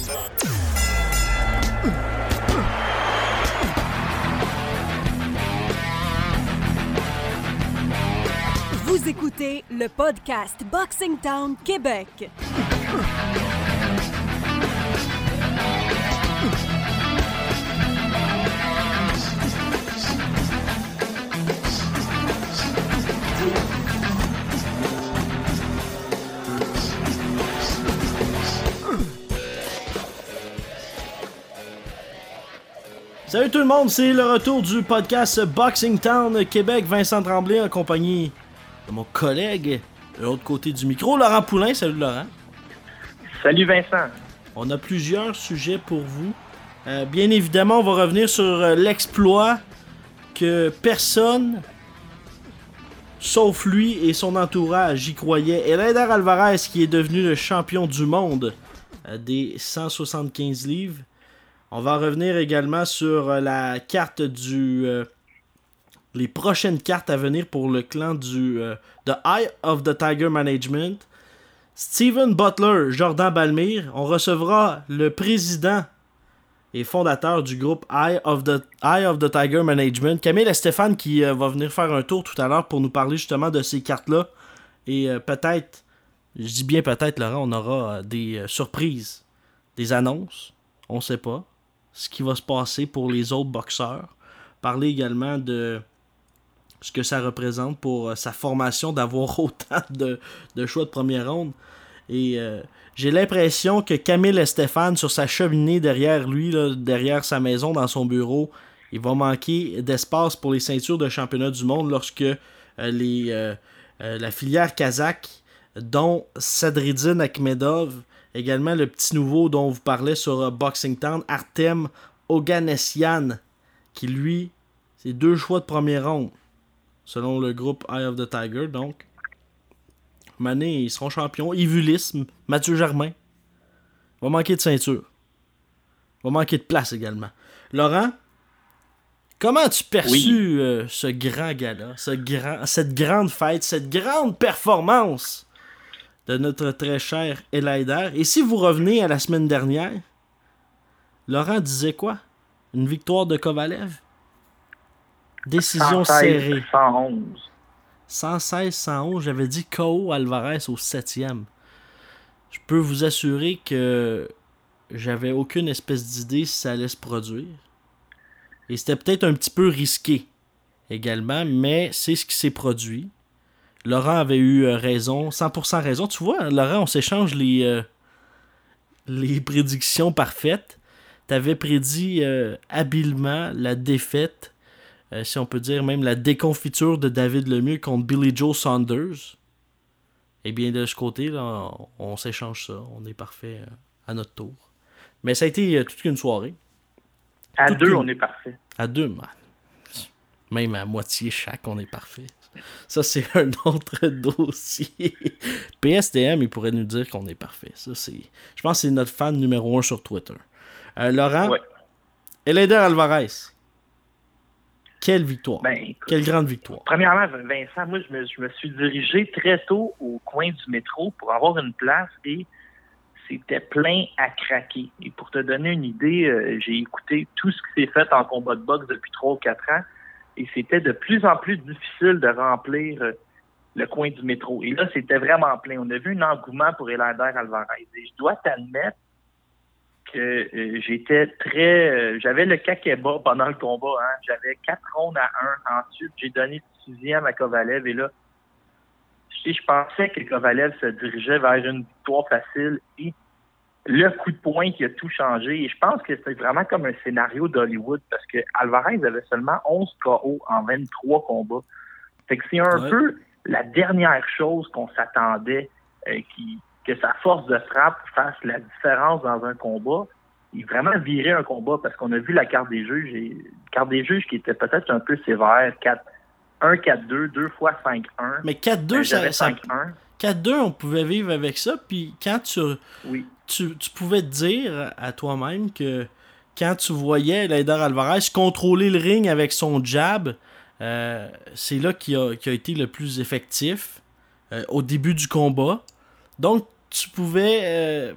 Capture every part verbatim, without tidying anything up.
Vous écoutez le podcast Boxing Town Québec. Salut tout le monde, c'est le retour du podcast Boxing Town Québec. Vincent Tremblay en compagnie de mon collègue de l'autre côté du micro, Laurent Poulain. Salut Laurent. Salut Vincent. On a plusieurs sujets pour vous. Euh, bien évidemment, on va revenir sur euh, l'exploit que personne, sauf lui et son entourage, y croyait. Eleider Alvarez, qui est devenu le champion du monde euh, des cent soixante-quinze livres. On va revenir également sur euh, la carte du... Euh, les prochaines cartes à venir pour le clan du euh, The Eye of the Tiger Management. Steven Butler, Jordan Balmire. On recevra le président et fondateur du groupe Eye of the, Eye of the Tiger Management, Camille Stéphane, qui euh, va venir faire un tour tout à l'heure pour nous parler justement de ces cartes-là. Et euh, peut-être, je dis bien peut-être, Laurent, on aura euh, des euh, surprises, des annonces. On ne sait pas ce qui va se passer pour les autres boxeurs. Parler également de ce que ça représente pour euh, sa formation d'avoir autant de, de choix de première ronde. Et euh, j'ai l'impression que Camille Stéphane, sur sa cheminée derrière lui, là, derrière sa maison, dans son bureau, il va manquer d'espace pour les ceintures de championnat du monde lorsque euh, les, euh, euh, la filière kazakh, dont Sadriddin Akhmedov, également le petit nouveau dont on vous parlait sur uh, Boxing Town, Artem Oganessian, qui lui, c'est deux choix de première ronde, selon le groupe Eye of the Tiger. Donc, Mané, ils seront champions. Ivulisme, Mathieu Germain. Va manquer de ceinture. Va manquer de place également. Laurent, comment as-tu perçu oui. euh, ce grand gala, ce grand, cette grande fête, cette grande performance de notre très cher Eleider? Et si vous revenez à la semaine dernière, Laurent disait quoi? Une victoire de Kovalev? Décision cent seize, serrée. cent onze. cent seize cent onze, j'avais dit K O Alvarez au septième. Je peux vous assurer que j'avais aucune espèce d'idée si ça allait se produire. Et c'était peut-être un petit peu risqué également, mais c'est ce qui s'est produit. Laurent avait eu raison, cent pour cent raison. Tu vois, Laurent, on s'échange les, euh, les prédictions parfaites. Tu avais prédit euh, habilement la défaite, euh, si on peut dire même la déconfiture de David Lemieux contre Billy Joe Saunders. Et bien de ce côté, là, on, on s'échange ça. On est parfait euh, à notre tour. Mais ça a été euh, toute une soirée. À toute deux, une... on est parfait. À deux, man. Même à moitié chaque, on est parfait. Ça, c'est un autre dossier. P S T M, il pourrait nous dire qu'on est parfait. Ça, c'est... Je pense que c'est notre fan numéro un sur Twitter. Euh, Laurent, ouais. Eleider Alvarez. Quelle victoire. Ben, écoute, quelle grande victoire. Premièrement, Vincent, moi, je me, je me suis dirigé très tôt au coin du métro pour avoir une place et c'était plein à craquer. Et pour te donner une idée, euh, j'ai écouté tout ce qui s'est fait en combat de boxe depuis trois ou quatre ans. Et c'était de plus en plus difficile de remplir euh, le coin du métro. Et là, c'était vraiment plein. On a vu un engouement pour Eleider Alvarez. Et je dois t'admettre que euh, j'étais très... Euh, j'avais le caquet-bas pendant le combat. Hein. J'avais quatre rondes à un. Ensuite, j'ai donné le sixième à Kovalev. Et là, je, je pensais que Kovalev se dirigeait vers une victoire facile. Et le coup de poing qui a tout changé. Et je pense que c'est vraiment comme un scénario d'Hollywood parce que Alvarez avait seulement onze K O en vingt-trois combats. Fait que c'est un ouais. peu la dernière chose qu'on s'attendait euh, qui, que sa force de frappe fasse la différence dans un combat. Il vraiment virait un combat parce qu'on a vu la carte des juges et une carte des juges qui était peut-être un peu sévère. quatre un quatre deux, deux fois cinq un. Mais quatre deux, ça, ça... quatre deux, on pouvait vivre avec ça. Puis quand tu... Oui. Tu, tu pouvais te dire à toi-même que quand tu voyais Eleider Alvarez contrôler le ring avec son jab, euh, c'est là qu'il a, qu'il a été le plus effectif euh, au début du combat. Donc, tu pouvais euh,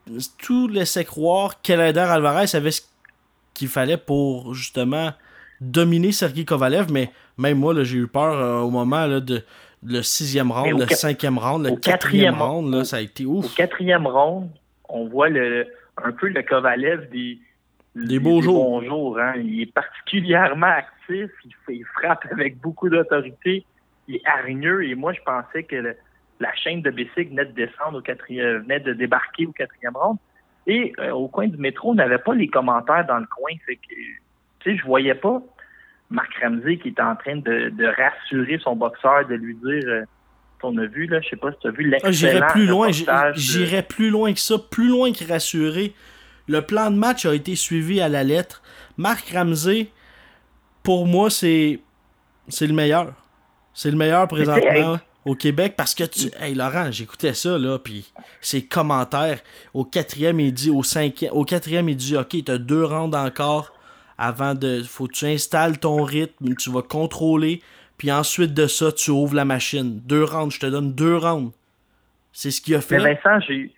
tout laissait croire qu'Eleider Alvarez avait ce qu'il fallait pour justement dominer Sergey Kovalev, mais même moi, là, j'ai eu peur euh, au moment là, de le sixième round, le cinquième round, le quatrième round, là, ça a été ouf. Au quatrième round, on voit le, un peu le Kovalev des, des beaux des jours. Bons jours hein. Il est particulièrement actif, il, fait, il frappe avec beaucoup d'autorité, il est hargneux, et moi, je pensais que le, la chaîne de Bessic venait de descendre au quatrième, venait de débarquer au quatrième round. Et euh, au coin du métro, on n'avait pas les commentaires dans le coin. Fait que, tu sais, je voyais pas Marc Ramsey qui était en train de, de rassurer son boxeur, de lui dire, euh, on a vu, là, je sais pas si tu as vu l'excellent. J'irais plus loin, de... j'irais plus loin que ça, plus loin que rassurer. Le plan de match a été suivi à la lettre. Marc Ramsey, pour moi, c'est, c'est le meilleur. C'est le meilleur présentement. Au Québec, parce que tu... Hey Laurent, j'écoutais ça, là, puis ses commentaires, au quatrième, il dit, au cinquième, au quatrième, il dit, OK, t'as deux rounds encore avant de... Faut que tu installes ton rythme, tu vas contrôler, puis ensuite de ça, tu ouvres la machine. Deux rounds, je te donne deux rounds. C'est ce qu'il a fait. Mais Vincent, j'ai...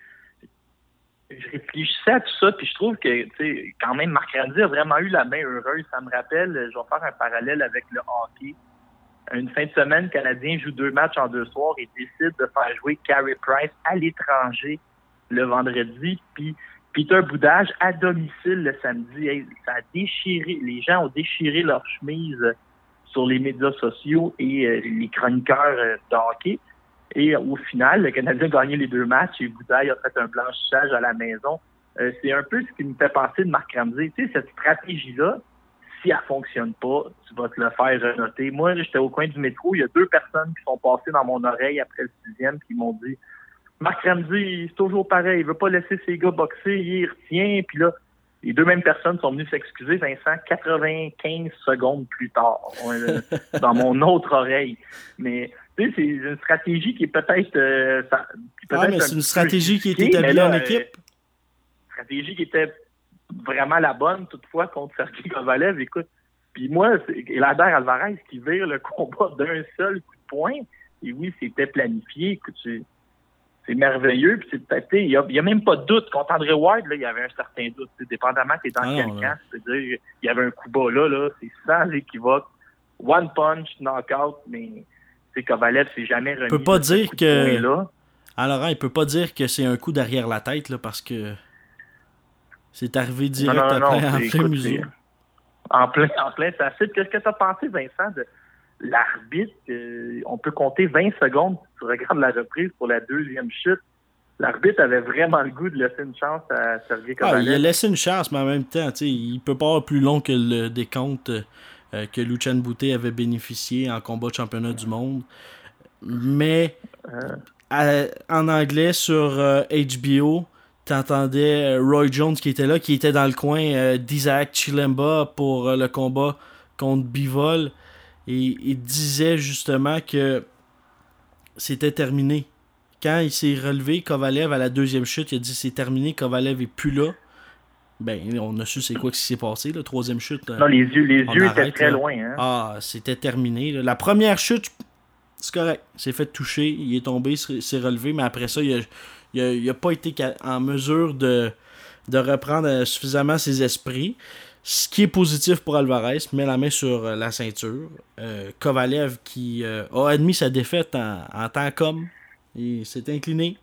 Je réfléchissais à tout ça, puis je trouve que, tu sais, quand même, Marc Ramsey a vraiment eu la main heureuse. Ça me rappelle, je vais faire un parallèle avec le hockey. Une fin de semaine, le Canadien joue deux matchs en deux soirs et décide de faire jouer Carey Price à l'étranger le vendredi, puis Peter Boudage à domicile le samedi. Hey, ça a déchiré, les gens ont déchiré leur chemise sur les médias sociaux et euh, les chroniqueurs euh, de hockey. Et euh, au final, le Canadien a gagné les deux matchs et Boudage a fait un blanchissage à la maison. Euh, c'est un peu ce qui me fait penser de Marc Ramsey. Tu sais, cette stratégie-là, si elle fonctionne pas, tu vas te le faire noter. Moi, j'étais au coin du métro, il y a deux personnes qui sont passées dans mon oreille après le sixième qui m'ont dit « Marc Ramsey, c'est toujours pareil, il veut pas laisser ses gars boxer, il retient. » Puis là, les deux mêmes personnes sont venues s'excuser, Vincent, quatre-vingt-quinze secondes plus tard, dans mon autre oreille. Mais tu sais, c'est une stratégie qui est peut-être... Euh, ça, qui peut ah, mais c'est une stratégie qui est établie en équipe. Euh, stratégie qui était vraiment la bonne, toutefois, contre Sergey Kovalev. Écoute, puis moi, c'est Eleider Alvarez qui vire le combat d'un seul coup de poing. Et oui, c'était planifié. Écoute, c'est, c'est merveilleux. Puis c'est peut-être, il n'y a, a même pas de doute. Contre André Ward, là, il y avait un certain doute. C'est dépendamment que tu es dans ah, quel camp. C'est-à-dire, il y avait un coup bas là, là. C'est sans équivoque. One punch, knockout, mais c'est Kovalev s'est jamais remis. Il peut pas dire que. Là. Alors, il peut pas dire que c'est un coup derrière la tête, là, parce que. C'est arrivé direct non, non, non, après, en écoute, plein musée. En plein, en plein facile. Qu'est-ce que tu as pensé, Vincent, de l'arbitre? Euh, on peut compter vingt secondes si tu regardes la reprise pour la deuxième chute. L'arbitre avait vraiment le goût de laisser une chance à Sergey Kovalev. Ah, il a laissé une chance, mais en même temps, il peut pas avoir plus long que le décompte euh, que Lucien Boutet avait bénéficié en combat de championnat du monde. Mais euh. à, en anglais, sur euh, H B O, t'entendais Roy Jones qui était là, qui était dans le coin euh, d'Isaac Chilemba pour euh, le combat contre Bivol. Et il disait justement que c'était terminé. Quand il s'est relevé, Kovalev, à la deuxième chute, il a dit c'est terminé, Kovalev est plus là. Ben, on a su c'est quoi qui s'est passé, la troisième chute. Non, les yeux, les yeux arrête, étaient très là. Loin. Hein? Ah, c'était terminé. Là. La première chute, c'est correct. Il s'est fait toucher, il est tombé, il s'est relevé, mais après ça, il a Il n'a pas été en mesure de, de reprendre suffisamment ses esprits. Ce qui est positif pour Alvarez, met la main sur la ceinture. Euh, Kovalev qui euh, a admis sa défaite en, en tant qu'homme. Il s'est incliné.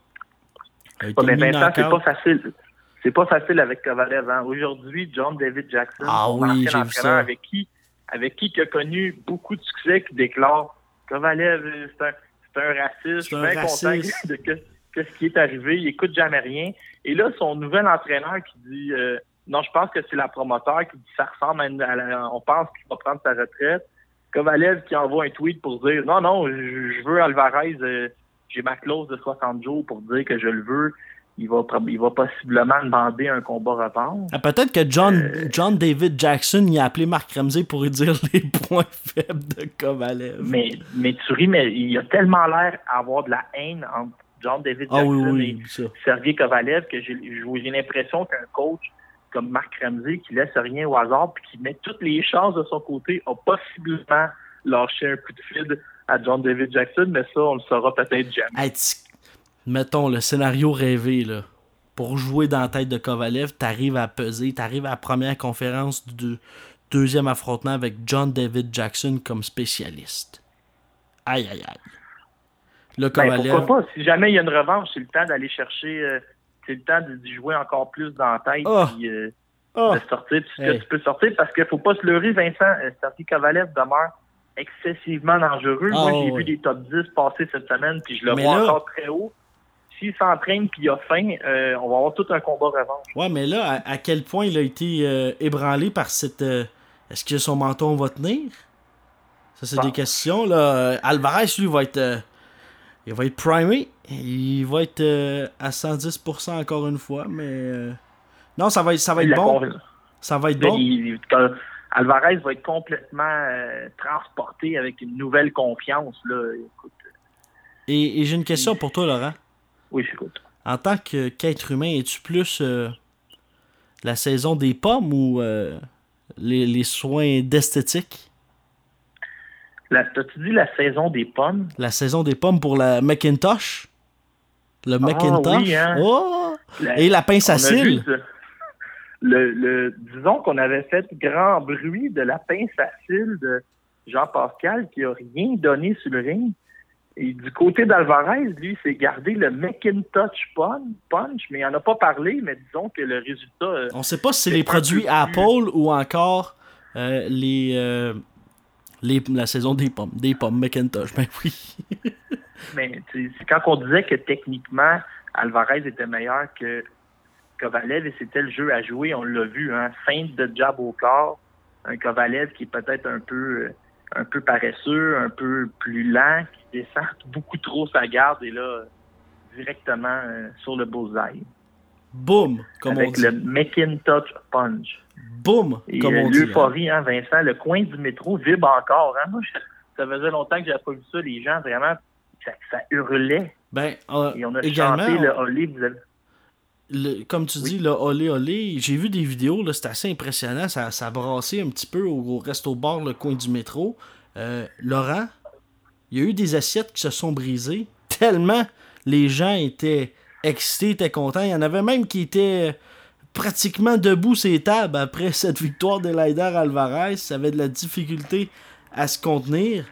Oh, mais Vincent, c'est pas facile. C'est pas facile avec Kovalev. Hein. Aujourd'hui, John David Jackson, ah, son oui, ancien entraîneur avec qui, avec qui il a connu beaucoup de succès, qui déclare Kovalev, c'est un, c'est un raciste. Je suis bien content de que qu'est-ce qui est arrivé, il écoute jamais rien. Et là, son nouvel entraîneur qui dit euh, non, je pense que c'est la promoteur qui dit ça ressemble à, une, à la, on pense qu'il va prendre sa retraite. Kovalev qui envoie un tweet pour dire non, non, je, je veux Alvarez, euh, j'ai ma clause de soixante jours pour dire que je le veux. Il va, il va possiblement demander un combat revanche. Ah, peut-être que John, euh... John David Jackson il a appelé Marc Ramsey pour lui dire les points faibles de Kovalev. Mais, mais tu ris, mais il a tellement l'air d'avoir de la haine entre John David Jackson ah, oui, oui, et Sergey Kovalev que j'ai, j'ai l'impression qu'un coach comme Marc Ramsey qui laisse rien au hasard puis qui met toutes les chances de son côté a possiblement lâché un coup de fil à John David Jackson, mais ça, on le saura peut-être jamais. Hey, t- mettons le scénario rêvé, là. pour jouer dans la tête de Kovalev, t'arrives à peser, t'arrives à la première conférence du deuxième affrontement avec John David Jackson comme spécialiste. Aïe, aïe, aïe. Là, Kovalev... Ben, pourquoi pas? Si jamais il y a une revanche, c'est le temps d'aller chercher... Euh, c'est le temps d'y jouer encore plus dans la tête, oh. puis euh, oh. de sortir tout ce hey. que tu peux sortir, parce qu'il faut pas se leurrer, Vincent. Euh, Sergey Kovalev demeure excessivement dangereux. Oh, Moi, j'ai ouais. vu des top dix passer cette semaine, puis je le mais vois là... encore très haut. S'il s'entraîne puis il a faim, euh, on va avoir tout un combat revanche. Ouais, mais là, à, à quel point il a été euh, ébranlé par cette... Euh, est-ce que son menton va tenir? Ça, c'est bon. Des questions. Là. Alvarez, lui, va être... Euh, il va être primé. Il va être euh, à cent dix pour cent encore une fois, mais... Euh, non, ça va être, ça va être bon. Convaincu. Ça va être là, bon. Il, il, Alvarez va être complètement euh, transporté avec une nouvelle confiance. Là. Écoute, et, et j'ai une question pour toi, Laurent. Oui, j'écoute. En tant que, qu'être humain, es-tu plus euh, la saison des pommes ou euh, les, les soins d'esthétique? La, t'as-tu dit la saison des pommes? La saison des pommes pour la Macintosh? Le Macintosh? Ah, oui, hein? Oh! La, Et la pince à cils? Le, le, disons qu'on avait fait grand bruit de la pince à cils de Jean-Pascal qui n'a rien donné sur le ring. Et du côté d'Alvarez, lui, c'est gardé le Macintosh Punch, mais il n'en a pas parlé, mais disons que le résultat... Euh, on ne sait pas si c'est les produits Apple plus... ou encore euh, les, euh, les la saison des pommes. Des pommes Macintosh, ben oui. Mais c'est quand on disait que techniquement, Alvarez était meilleur que Kovalev et c'était le jeu à jouer, on l'a vu, hein, feinte de jab au corps, un Kovalev qui est peut-être un peu... Euh, un peu paresseux, un peu plus lent, qui descend beaucoup trop sa garde et là, directement euh, sur le bullseye. Boum, comme Avec on dit. Avec le Macintosh Punch. Boum, et, comme euh, on dit. L'euphorie, hein, Vincent, le coin du métro vibre encore. Hein? Moi, je, ça faisait longtemps que j'avais pas vu ça. Les gens, vraiment, ça, ça hurlait. Ben, euh, et on a également, chanté on... le Olé. Vous avez... Le, comme tu oui. dis, le olé olé, j'ai vu des vidéos, là, c'était assez impressionnant, ça, ça a brassé un petit peu au, au resto-bar, le coin du métro. Euh, Laurent, il y a eu des assiettes qui se sont brisées, tellement les gens étaient excités, étaient contents. Il y en avait même qui étaient pratiquement debout sur les tables après cette victoire d'Eleider Alvarez. Ça avait de la difficulté à se contenir.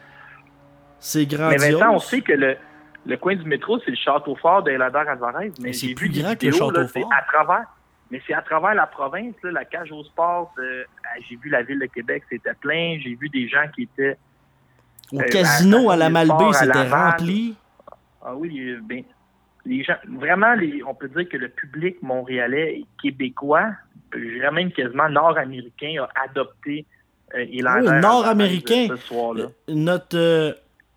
C'est grandiose. Mais maintenant, on sait que le Le coin du métro, c'est le château fort d'Eleider Alvarez. Mais, mais c'est j'ai plus vu grand vidéos, que le château là, fort. À travers, mais c'est à travers la province, là, la cage au sport. De, j'ai vu la ville de Québec, c'était plein. J'ai vu des gens qui étaient... Au euh, casino à, à la Malbaie, c'était rempli. Ah oui, ben, les gens... Vraiment, les, on peut dire que le public montréalais et québécois, je dirais même quasiment nord-américain, a adopté euh, Eleider oui, nord-américain. ce soir-là. Notre... Euh...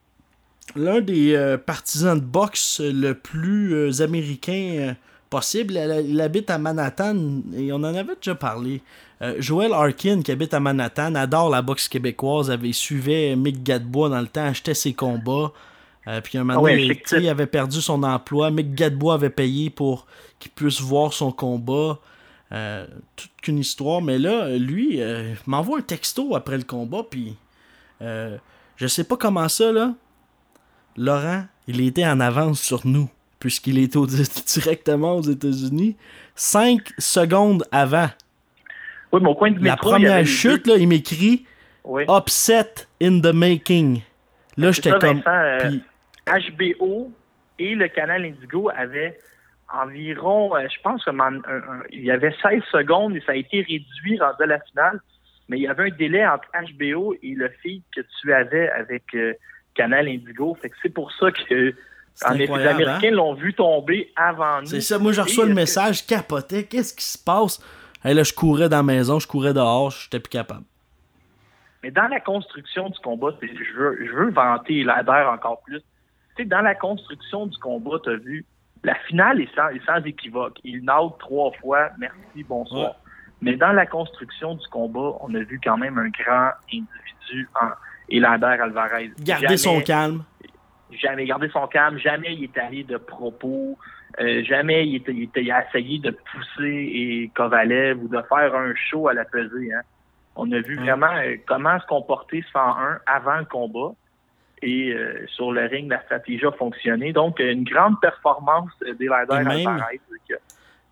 L'un des euh, partisans de boxe le plus euh, américain euh, possible, il, il habite à Manhattan et on en avait déjà parlé. Euh, Joel Arkin, qui habite à Manhattan, adore la boxe québécoise, avait suivi Mick Gadbois dans le temps, achetait ses combats. Euh, puis un moment ah ouais, donné, il avait perdu son emploi. Mick Gadbois avait payé pour qu'il puisse voir son combat. Euh, toute qu'une histoire. Mais là, lui, euh, m'envoie un texto après le combat, puis euh, je sais pas comment ça, là. Laurent, il était en avance sur nous, puisqu'il était au, directement aux États-Unis, cinq secondes avant. Oui, mais au coin du La métro, première il y avait chute, là, il m'écrit oui. « Upset in the making ». Là, j'étais ça, comme... Vincent, euh, puis... H B O et le canal Indigo avaient environ, euh, je pense qu'il y avait seize secondes et ça a été réduit rendu à la finale, mais il y avait un délai entre H B O et le feed que tu avais avec... Euh, Canal Indigo. Fait que c'est pour ça que en effet, les Américains hein? l'ont vu tomber avant nous. C'est ça. Moi, je reçois le message, que... capotais. Qu'est-ce qui se passe? Hey, là, je courais dans la maison, je courais dehors, je n'étais plus capable. Mais dans la construction du combat, je veux, je veux vanter Eleider encore plus. Tu sais, dans la construction du combat, tu as vu, la finale est sans, est sans équivoque. Il nade trois fois, merci, bonsoir. Ouais. Mais dans la construction du combat, on a vu quand même un grand individu en Eleider Alvarez. Garder jamais, son calme. Jamais garder son calme. Jamais il est allé de propos. Euh, jamais il, était, il, était, il a essayé de pousser et Kovalev ou de faire un show à la pesée. Hein. On a vu mmh. vraiment euh, comment se comporter cent un avant le combat. Et euh, sur le ring, la stratégie a fonctionné. Donc, une grande performance d'Eleider Alvarez.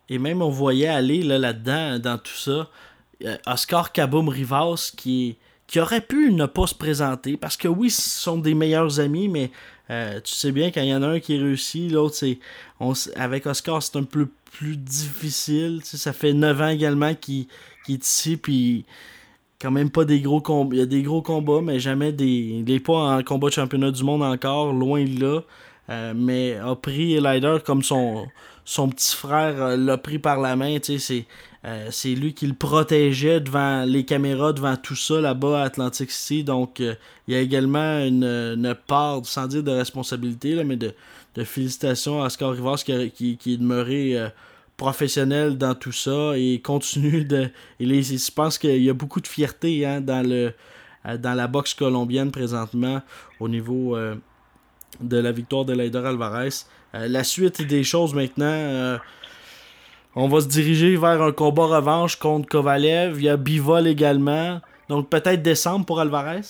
Et même on voyait aller là, là-dedans, dans tout ça, euh, Oscar Kaboom Rivas qui, qui aurait pu ne pas se présenter. Parce que oui, ce sont des meilleurs amis, mais euh, tu sais bien, quand il y en a un qui réussit, l'autre, c'est. On, avec Oscar, c'est un peu plus difficile. Tu sais, ça fait neuf ans également qu'il, qu'il est ici, puis quand même pas des gros combats. Il y a des gros combats, mais jamais des. Il n'est pas en combat de championnat du monde encore, loin de là. Euh, mais a pris Lider comme son, son petit frère euh, l'a pris par la main. Tu sais, c'est, euh, c'est lui qui le protégeait devant les caméras, devant tout ça là-bas à Atlantic City. Donc, euh, il y a également une, une part, sans dire de responsabilité, là, mais de, de félicitations à Oscar Rivas qui, qui, qui est demeuré euh, professionnel dans tout ça et continue de. Il est, je pense qu'il y a beaucoup de fierté hein, dans, le, euh, dans la boxe colombienne présentement au niveau. Euh, de la victoire de Leider Alvarez. Euh, la suite des choses maintenant, euh, on va se diriger vers un combat revanche contre Kovalev. Il y a Bivol également. Donc peut-être décembre pour Alvarez?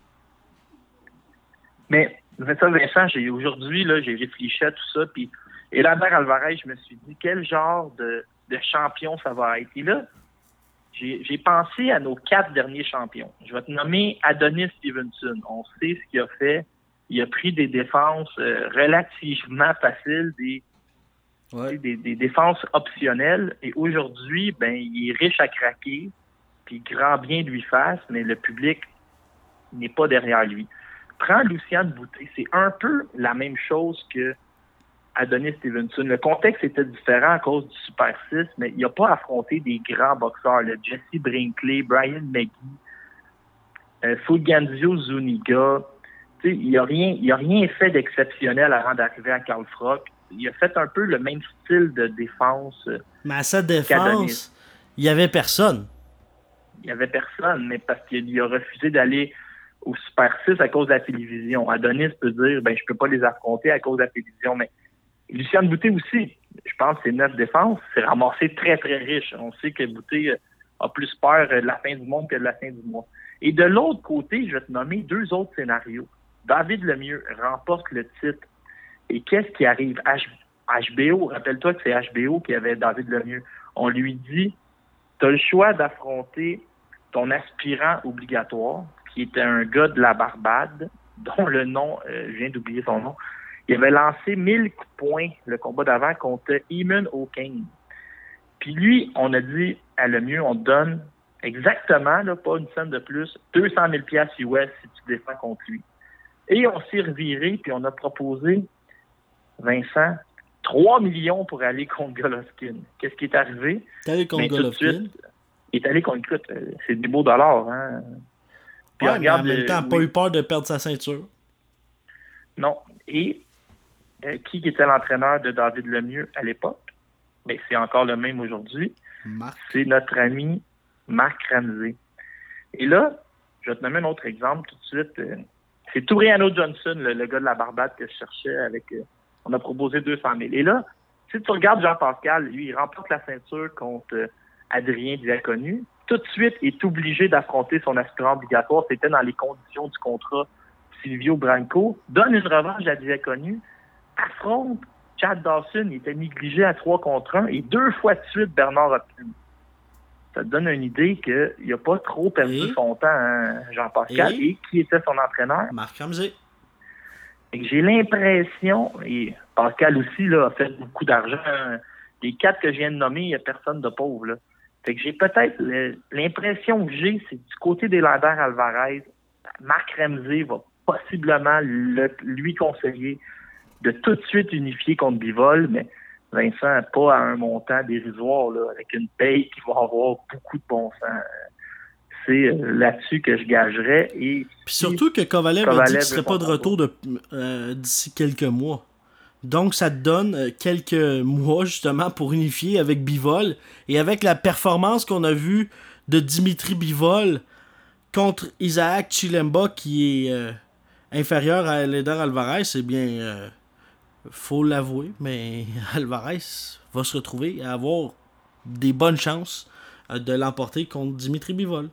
Mais ça, Vincent, j'ai, aujourd'hui, là, j'ai réfléchi à tout ça. Puis, et Leider Alvarez, je me suis dit, quel genre de, de champion ça va être? Et là, j'ai, j'ai pensé à nos quatre derniers champions. Je vais te nommer Adonis Stevenson. On sait ce qu'il a fait. Il a pris des défenses euh, relativement faciles, des, ouais. des, des défenses optionnelles. Et aujourd'hui, ben, il est riche à craquer, puis grand bien lui fasse, mais le public n'est pas derrière lui. Prends Lucian Boutet, c'est un peu la même chose que Adonis Stevenson. Le contexte était différent à cause du Super six, mais il n'a pas affronté des grands boxeurs, là. Jesse Brinkley, Brian McGee, euh, Fulgencio Zuniga. Il n'a rien, il a rien fait d'exceptionnel avant d'arriver à Carl Froch. Il a fait un peu le même style de défense. Mais à sa défense, il n'y avait personne. Il n'y avait personne, mais parce qu'il a refusé d'aller au Super six à cause de la télévision. Adonis peut dire, ben je peux pas les affronter à cause de la télévision, mais Lucian Boutet aussi, je pense que c'est neuf défenses, c'est ramassé très, très riche. On sait que Boutet a plus peur de la fin du monde que de la fin du mois. Et de l'autre côté, je vais te nommer deux autres scénarios. David Lemieux remporte le titre. Et qu'est-ce qui arrive? H- HBO, rappelle-toi que c'est H B O qui avait David Lemieux. On lui dit, tu as le choix d'affronter ton aspirant obligatoire, qui était un gars de la Barbade, dont le nom, euh, je viens d'oublier son nom. Il avait lancé mille points le combat d'avant contre Eamon O'Kane. Puis lui, on a dit à Lemieux, on te donne exactement, là, pas une scène de plus, deux cent mille dollars U S si tu défends contre lui. Et on s'est reviré, puis on a proposé, Vincent, trois millions pour aller contre Golovkin. Qu'est-ce qui est arrivé? T'es allé contre Golovkin? Il est allé contre... Écoute, c'est des beaux dollars, hein? Puis ouais, regarde, mais en même temps, euh, pas oui. eu peur de perdre sa ceinture. Non. Et euh, qui était l'entraîneur de David Lemieux à l'époque? Ben, c'est encore le même aujourd'hui. Marc. C'est notre ami Marc Ramsey. Et là, je vais te nommer un autre exemple tout de suite. Euh, C'est Touriano Johnson, le, le gars de la Barbade que je cherchais avec... Euh, on a proposé deux cent mille. Et là, si tu regardes Jean-Pascal, lui, il remporte la ceinture contre euh, Adrien Diaconu. Tout de suite, il est obligé d'affronter son aspirant obligatoire. C'était dans les conditions du contrat Silvio Branco. Donne une revanche à Diaconu. Affronte Chad Dawson. Il était négligé à trois contre un. Et deux fois de suite, Bernard Hopkins. Ça te donne une idée qu'il n'a pas trop perdu et? son temps, hein, Jean-Pascal. Et? et qui était son entraîneur? Marc Ramsey. Et que j'ai l'impression, et Pascal aussi là, a fait beaucoup d'argent. Hein, les quatre que je viens de nommer, il n'y a personne de pauvre. Là. Fait que j'ai peut-être l'impression que j'ai, c'est du côté des Leider Alvarez, Marc Ramsey va possiblement le, lui conseiller de tout de suite unifier contre Bivol, mais Vincent, pas à un montant dérisoire, là, avec une paye qui va avoir beaucoup de bon sens. C'est là-dessus que je gagerais. Et puis surtout que Kovalev, Kovalev a dit qu'il ne serait pas de retour de, euh, d'ici quelques mois. Donc ça te donne quelques mois justement pour unifier avec Bivol. Et avec la performance qu'on a vue de Dimitri Bivol contre Isaac Chilemba qui est euh, inférieur à Leider Alvarez, eh bien... Euh, faut l'avouer, mais Alvarez va se retrouver à avoir des bonnes chances de l'emporter contre Dimitri Bivol.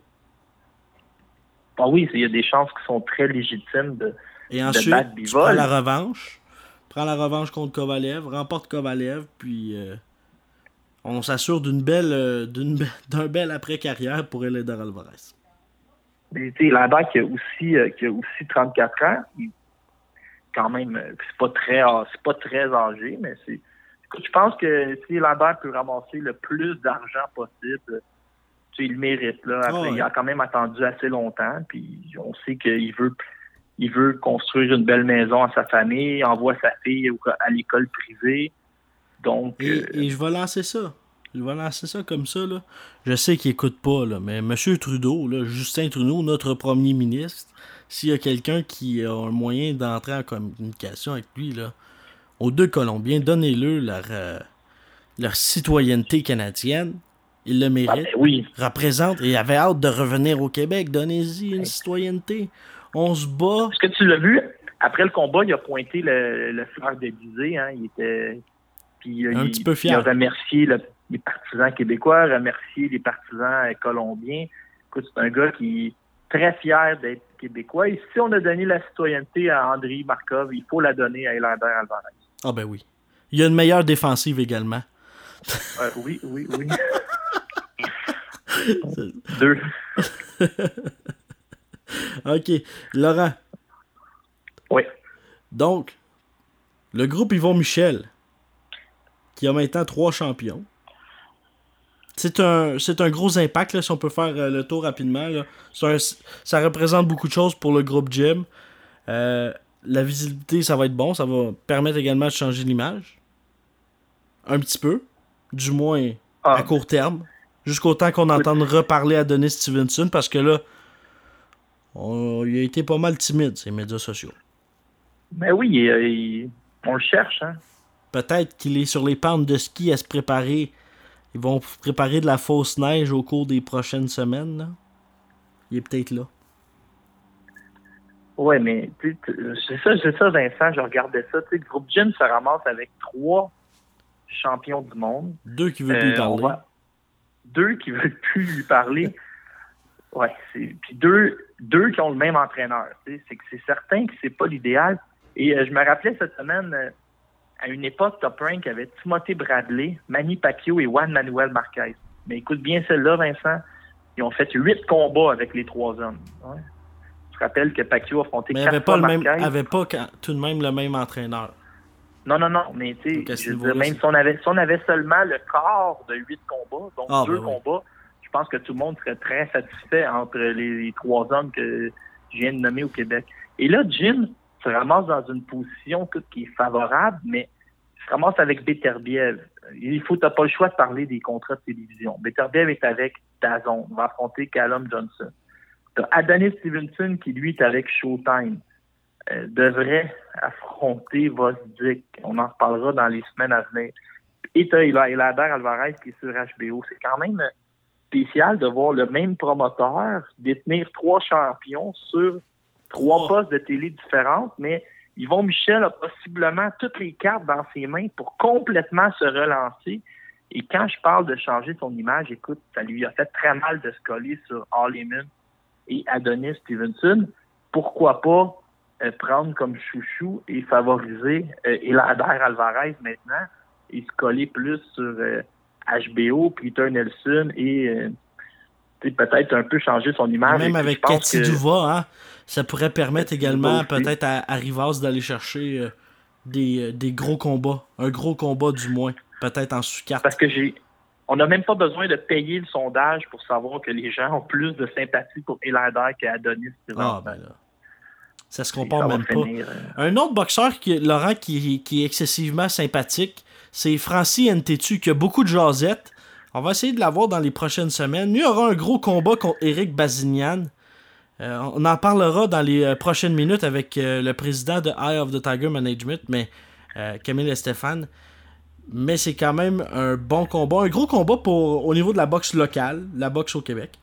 Ah oui, il y a des chances qui sont très légitimes de, Et ensuite, de battre Bivol. Tu prends la revanche. Prends la revanche contre Kovalev, remporte Kovalev, puis euh, on s'assure d'une belle, euh, d'une be- d'un bel après-carrière pour Eleider Alvarez. Mais tu sais, Eleider qui a aussi, euh, qui a aussi trente-quatre ans, il, quand même, euh, c'est pas très, c'est pas très âgé, mais c'est, écoute, je pense que si Eleider peut ramasser le plus d'argent possible, tu sais, il le mérite, là. Après, oh, ouais. Il a quand même attendu assez longtemps, puis on sait qu'il veut, il veut construire une belle maison à sa famille, il envoie sa fille à l'école privée. Donc, et, euh... et je vais lancer ça. Je vais lancer ça comme ça, là. Je sais qu'il écoute pas, là, mais M. Trudeau, là, Justin Trudeau, notre premier ministre, s'il y a quelqu'un qui a un moyen d'entrer en communication avec lui, là, aux deux Colombiens, donnez-le leur, euh, leur citoyenneté canadienne. Ils le méritent. Ah ben oui. Représentent et avaient hâte de revenir au Québec. Donnez-y une citoyenneté. On se bat. Est-ce que tu l'as vu? Après le combat, il a pointé le, le fleur de visée. Hein. Il était... Puis, un il, petit peu fier. Il a remercié le, les partisans québécois, remercié les partisans colombiens. Écoute, c'est un gars qui est très fier d'être québécois. Et si on a donné la citoyenneté à Andriy Markov, il faut la donner à Eleider Alvarez. Ah ben oui. Il y a une meilleure défensive également. Euh, oui, oui, oui. Deux. OK. Laurent. Oui. Donc, le groupe Yvon Michel, qui a maintenant trois champions. C'est un, c'est un gros impact, là, si on peut faire euh, le tour rapidement. Là. C'est un, ça représente beaucoup de choses pour le groupe Gym. Euh, la visibilité, ça va être bon. Ça va permettre également de changer l'image. Un petit peu. Du moins ah. à court terme. Jusqu'au temps qu'on entende reparler à Adonis Stevenson, parce que là, on, il a été pas mal timide, ces médias sociaux. Ben oui, il, il, on le cherche. Hein? Peut-être qu'il est sur les pentes de ski à se préparer. Ils vont préparer de la fausse neige au cours des prochaines semaines. Là. Il est peut-être là. Ouais, mais c'est ça, c'est ça, Vincent, je regardais ça. Le groupe Gym se ramasse avec trois champions du monde. Deux qui veulent euh, plus parler. Va... Deux qui veulent plus lui parler. Ouais, c'est... Puis deux, deux qui ont le même entraîneur. C'est que c'est certain que c'est pas l'idéal. Et euh, je me rappelais cette semaine, euh, à une époque, Top Rank avait Timothée Bradley, Manny Pacquiao et Juan Manuel Marquez. Mais écoute bien celle-là, Vincent. Ils ont fait huit combats avec les trois hommes. Ouais. Je rappelle que Pacquiao a affronté mais quatre fois pas Marquez. Mais il n'avait pas tout de même le même entraîneur. Non, non, non. Mais tu sais, même si on, avait, si on avait seulement le quart de huit combats, donc ah, deux ben combats, oui. Je pense que tout le monde serait très satisfait entre les, les trois hommes que je viens de nommer au Québec. Et là, Jim se ramasse dans une position qui est favorable, mais il se ramasse avec Beterbiev. Il faut, t'as pas le choix de parler des contrats de télévision. Beterbiev est avec DAZN, va affronter Callum Johnson. T'as Adonis Stevenson qui, lui, est avec Showtime. Euh, devrait affronter Vosdick. On en reparlera dans les semaines à venir. Et t'as Eleider Alvarez qui est sur H B O. C'est quand même spécial de voir le même promoteur détenir trois champions sur trois oh. postes de télé différentes, mais Yvon Michel a possiblement toutes les cartes dans ses mains pour complètement se relancer. Et quand je parle de changer son image, écoute, ça lui a fait très mal de se coller sur Al Haymon et Adonis Stevenson. Pourquoi pas euh, prendre comme chouchou et favoriser euh, Eleider Alvarez maintenant et se coller plus sur euh, H B O, Peter Nelson et euh, peut-être un peu changer son image. Même avec Cathy que... Duva, hein, ça pourrait permettre Cathy également peut-être à, à Rivas d'aller chercher euh, des, euh, des gros combats. Un gros combat du moins, peut-être en sous-carte. Parce que j'ai... On n'a même pas besoin de payer le sondage pour savoir que les gens ont plus de sympathie pour Eleider qu'Adonis. Ah, ben là. Ça se compare même pas. Finir, euh... Un autre boxeur, qui, Laurent, qui, qui est excessivement sympathique, c'est Francis Ntetu, qui a beaucoup de jasettes. On va essayer de l'avoir dans les prochaines semaines. Lui aura un gros combat contre Eric Bazignan. Euh, on en parlera dans les euh, prochaines minutes avec euh, le président de Eye of the Tiger Management, mais euh, Camille Estefan. Mais c'est quand même un bon combat. Un gros combat pour, au niveau de la boxe locale, la boxe au Québec.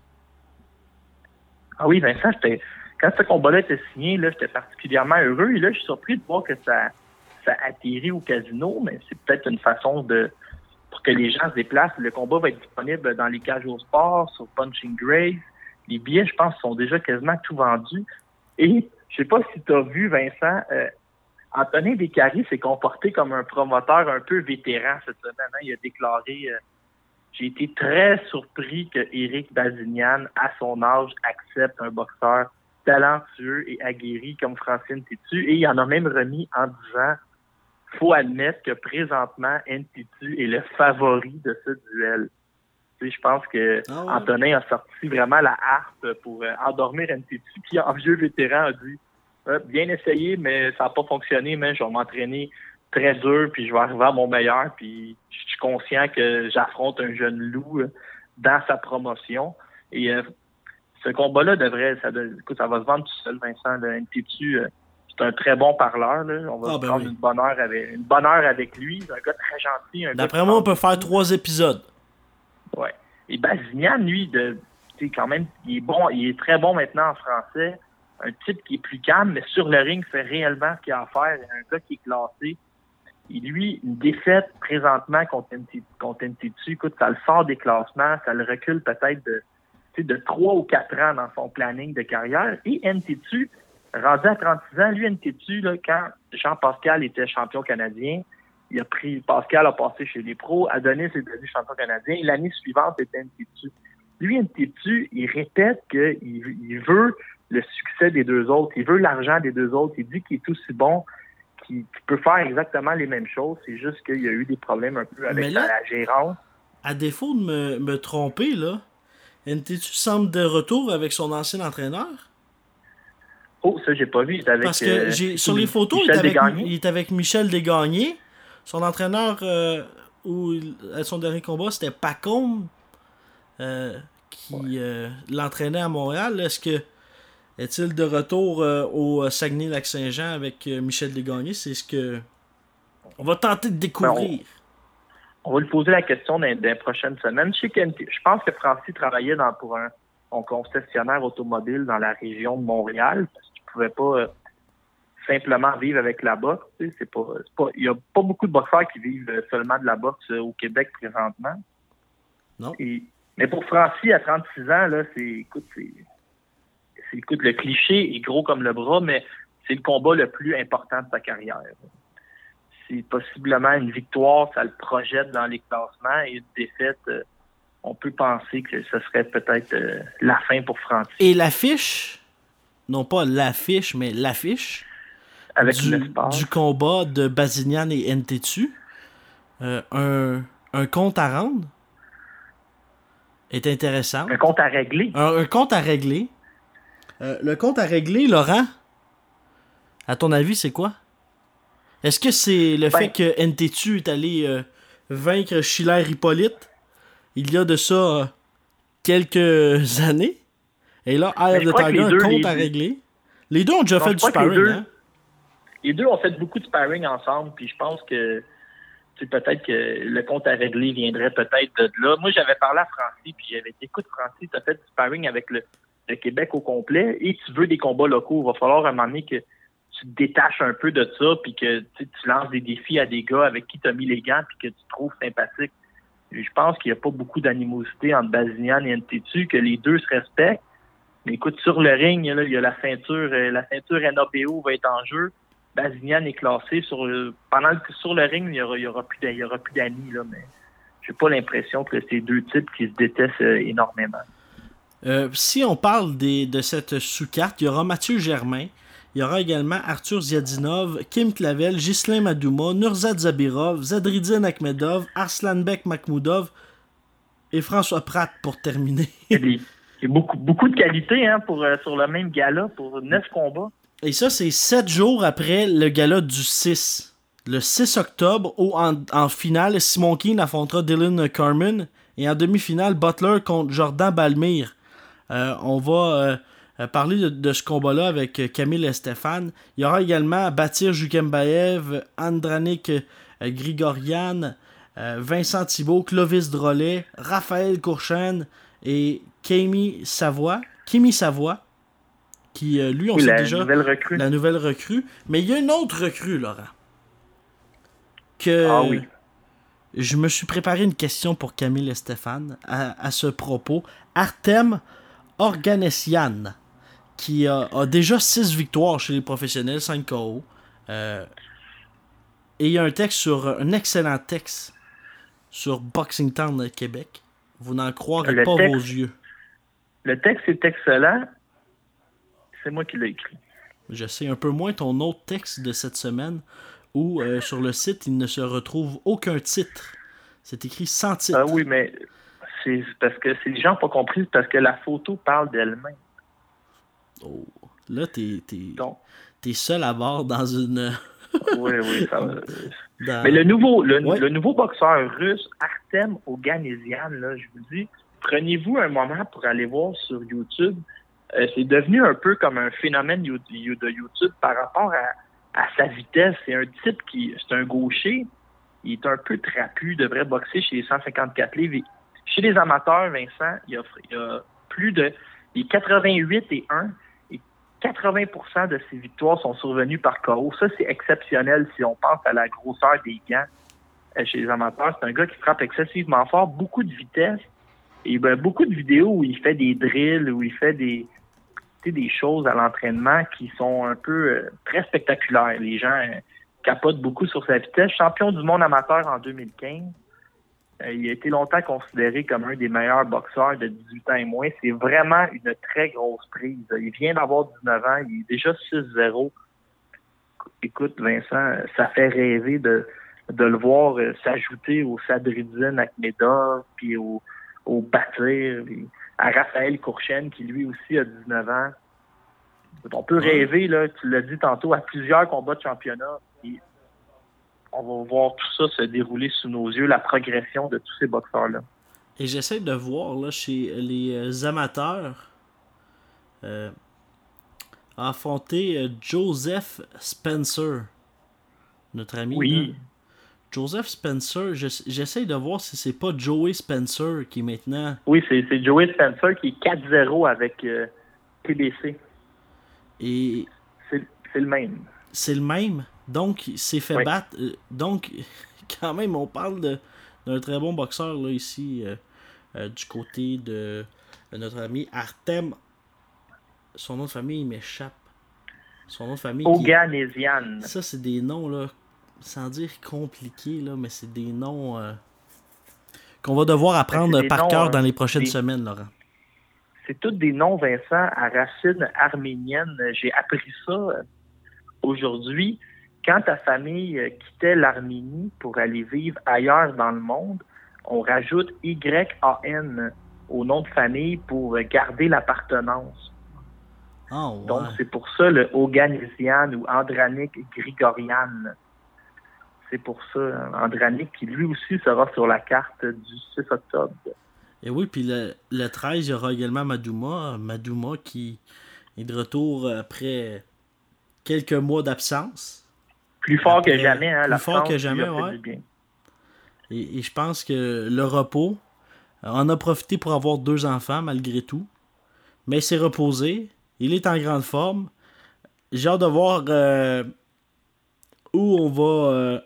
Ah oui, Vincent, j'étais... quand ce combat-là était signé, là, j'étais particulièrement heureux. Et là, je suis surpris de voir que ça, ça atterrit au casino, mais c'est peut-être une façon de pour que les gens se déplacent. Le combat va être disponible dans les cages au sport, sur Punching Grace. Les billets, je pense, sont déjà quasiment tout vendus. Et je sais pas si tu as vu, Vincent, euh, Antonin Descaries s'est comporté comme un promoteur un peu vétéran cette semaine. Hein. Il a déclaré euh, j'ai été très surpris que Eric Bazignan, à son âge, accepte un boxeur talentueux et aguerri comme Francis Ntitu. Et il en a même remis en disant, faut admettre que présentement, Ntitu est le favori de ce duel. Tu sais, je pense que ah ouais. Antonin a sorti vraiment la harpe pour euh, endormir Ntitu, puis en vieux vétéran a dit euh, bien essayé, mais ça n'a pas fonctionné, mais je vais m'entraîner très dur, puis je vais arriver à mon meilleur, puis je suis conscient que j'affronte un jeune loup euh, dans sa promotion. Et euh, ce combat-là devrait, ça, de, écoute, ça va se vendre tout seul, Vincent. Le Ntitu, euh, c'est un très bon parleur. Là. On va ah, ben prendre oui. une bonne heure avec une bonne heure avec lui. C'est un gars très gentil. Un D'après moi, on peut faire trois épisodes. Ouais. Et Bazignan, lui, de, quand même, il est bon, il est très bon maintenant en français. Un type qui est plus calme, mais sur le ring, fait réellement ce qu'il a à faire. Un gars qui est classé. Et lui, une défaite présentement contre Ntitu, écoute, ça le sort des classements, ça le recule peut-être de, de trois ou quatre ans dans son planning de carrière. Et Ntitu, rendu à trente-six ans, lui, Ntitu, là, quand Jean-Pascal était champion canadien, il a pris, Pascal a passé chez les pros, a donné ses débuts champion canadien. Et l'année suivante, c'était Ntitu. Lui, Ntitu, il répète qu'il il veut le succès des deux autres, il veut l'argent des deux autres, il dit qu'il est aussi bon, qu'il peut faire exactement les mêmes choses, c'est juste qu'il y a eu des problèmes un peu avec là, la gérance. À défaut de me, me tromper, là, Ntitu semble de retour avec son ancien entraîneur? Oh, ça, j'ai pas vu. Il est avec, Parce que euh, j'ai, sur les photos, il est, avec, il est avec Michel Desgagnés. Son entraîneur, euh, où, à son dernier combat, c'était Pacôme, euh, qui ouais. euh, l'entraînait à Montréal. Est-ce que est-il de retour euh, au Saguenay-Lac-Saint-Jean avec euh, Michel Desgagnés? C'est ce que on va tenter de découvrir. Ben, on, on va lui poser la question dans, dans les prochaines semaines. Je sais que je pense que Francis travaillait dans, pour un, un concessionnaire automobile dans la région de Montréal parce qu'il ne pouvait pas euh, simplement vivre avec la boxe. Tu sais, c'est pas, c'est pas, il n'y a pas beaucoup de boxeurs qui vivent seulement de la boxe euh, au Québec présentement. Non. Et, mais pour Francis, à trente-six ans, là, c'est, écoute, c'est Écoute, le cliché est gros comme le bras, mais c'est le combat le plus important de sa carrière. C'est possiblement une victoire, ça le projette dans les classements, et une défaite, euh, on peut penser que ce serait peut-être euh, la fin pour Francis. Et l'affiche, non pas l'affiche, mais l'affiche Avec du, du combat de Bazignan et Ntitu, euh, un, un compte à rendre est intéressant. Un compte à régler. Un, un compte à régler. Euh, le compte à régler, Laurent, à ton avis, c'est quoi? Est-ce que c'est le ben, fait que Ntitu est allé euh, vaincre Schiller Hippolyte il y a de ça euh, quelques années? Et là, Eye of the Tiger, un compte à régler. Les deux ont déjà non, fait du sparring. Les deux, hein? les deux ont fait beaucoup de sparring ensemble, puis je pense que peut-être que le compte à régler viendrait peut-être de là. Moi, j'avais parlé à Francis, puis j'avais dit, écoute, Francis, tu as fait du sparring avec le le Québec au complet, et tu veux des combats locaux, il va falloir à un moment donné que tu te détaches un peu de ça, puis que tu lances des défis à des gars avec qui tu as mis les gants, puis que tu trouves sympathique. Et je pense qu'il n'y a pas beaucoup d'animosité entre Bazignan et Ntitu, que les deux se respectent. Mais écoute, sur le ring, là, il y a la ceinture, la ceinture N A B O va être en jeu. Bazignan est classé sur le, pendant le, sur le ring, il n'y aura, il y aura plus il y aura plus d'amis, là, mais j'ai pas l'impression que c'est deux types qui se détestent euh, énormément. Euh, si on parle des, de cette sous-carte, il y aura Mathieu Germain, il y aura également Arthur Ziadinov, Kim Clavel, Ghislain Madouma, Nurzad Zabirov, Zadridine Akhmedov, Arslanbek Makhmoudov et François Pratt pour terminer. Il y a beaucoup, beaucoup de qualité hein, pour, euh, sur le même gala pour neuf combats. Et ça, c'est sept jours après le gala du six. Le six octobre, où en, en finale, Simon Keane affrontera Dylan Carmen et en demi-finale, Butler contre Jordan Balmire. Euh, on va euh, parler de, de ce combat-là avec Camille et Stéphane. Il y aura également Batir Jukembaev, Andranik euh, Grigorian, euh, Vincent Thibault, Clovis Drolet, Raphaël Courchaine et Kimi Savoie. Kimi Savoie, qui euh, lui, on oui, sait la déjà nouvelle recrue. la nouvelle recrue. Mais il y a une autre recrue, Laurent. Que ah oui. Je me suis préparé une question pour Camille et Stéphane à, à ce propos. Artem Organessian, qui a, a déjà six victoires chez les professionnels, cinq K O. Euh, et il y a un texte sur un excellent texte sur Boxing Town Québec. Vous n'en croirez Le pas texte- vos yeux. Le texte est excellent. C'est moi qui l'ai écrit. Je sais un peu moins ton autre texte de cette semaine où euh, sur le site, il ne se retrouve aucun titre. C'est écrit sans titre. Ah oui, mais c'est parce que c'est les gens n'ont pas compris, c'est parce que la photo parle d'elle-même. Oh. Là, t'es, t'es, Donc, t'es seul à bord dans une... oui, oui, ça va. dans- Mais le nouveau, le, Ouais. le nouveau boxeur russe, Artem Oganesian, là, je vous dis, prenez-vous un moment pour aller voir sur YouTube. Euh, c'est devenu un peu comme un phénomène you- you- de YouTube par rapport à, à sa vitesse. C'est un type qui, c'est un gaucher, il est un peu trapu, devrait boxer chez les cent cinquante-quatre livres. Chez les amateurs, Vincent, il y a, il y a plus de il est quatre-vingt-huit et un et quatre-vingts pour cent de ses victoires sont survenues par K O. Ça, c'est exceptionnel si on pense à la grosseur des gants euh, chez les amateurs. C'est un gars qui frappe excessivement fort, beaucoup de vitesse et ben, beaucoup de vidéos où il fait des drills, où il fait des, tu sais, des choses à l'entraînement qui sont un peu euh, très spectaculaires. Les gens euh, capotent beaucoup sur sa vitesse. Champion du monde amateur en deux mille quinze. Euh, il a été longtemps considéré comme un des meilleurs boxeurs de dix-huit ans et moins. C'est vraiment une très grosse prise. Il vient d'avoir dix-neuf ans. Il est déjà six zéro. Écoute, Vincent, ça fait rêver de, de le voir euh, s'ajouter au Sadridine Akhmedov, puis au, au Batir, puis à Raphaël Courchene, qui lui aussi a dix-neuf ans. On peut rêver, là, tu l'as dit tantôt, à plusieurs combats de championnat. Et on va voir tout ça se dérouler sous nos yeux, la progression de tous ces boxeurs-là. Et j'essaie de voir là, chez les euh, amateurs euh, affronter euh, Joseph Spencer, notre ami. Oui. Là. Joseph Spencer, je- j'essaie de voir si c'est pas Joey Spencer qui est maintenant. Oui, c'est, c'est Joey Spencer qui est quatre zéro avec euh, T B C. Et C'est, c'est le même. c'est le même. Donc, il s'est fait Oui. battre. Euh, Donc, quand même, on parle de, d'un très bon boxeur là, ici, euh, euh, du côté de, de notre ami Artem. Son nom de famille il m'échappe. Son nom de famille. qui- Oganesian. Ça, c'est des noms, là, sans dire compliqués, là, mais c'est des noms euh, qu'on va devoir apprendre c'est des par noms, cœur euh, dans les prochaines des- semaines, Laurent. C'est tous des noms, Vincent, à racines arméniennes. J'ai appris ça euh, aujourd'hui. Quand ta famille euh, quittait l'Arménie pour aller vivre ailleurs dans le monde, on rajoute Y A N au nom de famille pour euh, garder l'appartenance. Ah, ouais. Donc, c'est pour ça le Oganesian ou Andranik Grigorian. C'est pour ça, hein, Andranik, qui lui aussi sera sur la carte du six octobre. Et oui, puis le, le treize, il y aura également Madouma. Madouma qui est de retour après quelques mois d'absence. Plus fort Après, que jamais, hein, plus la fort France que lui jamais, a fait ouais. du bien. Et, et je pense que le repos euh, en a profité pour avoir deux enfants, malgré tout. Mais il s'est reposé. Il est en grande forme. J'ai hâte de voir euh, où on va euh,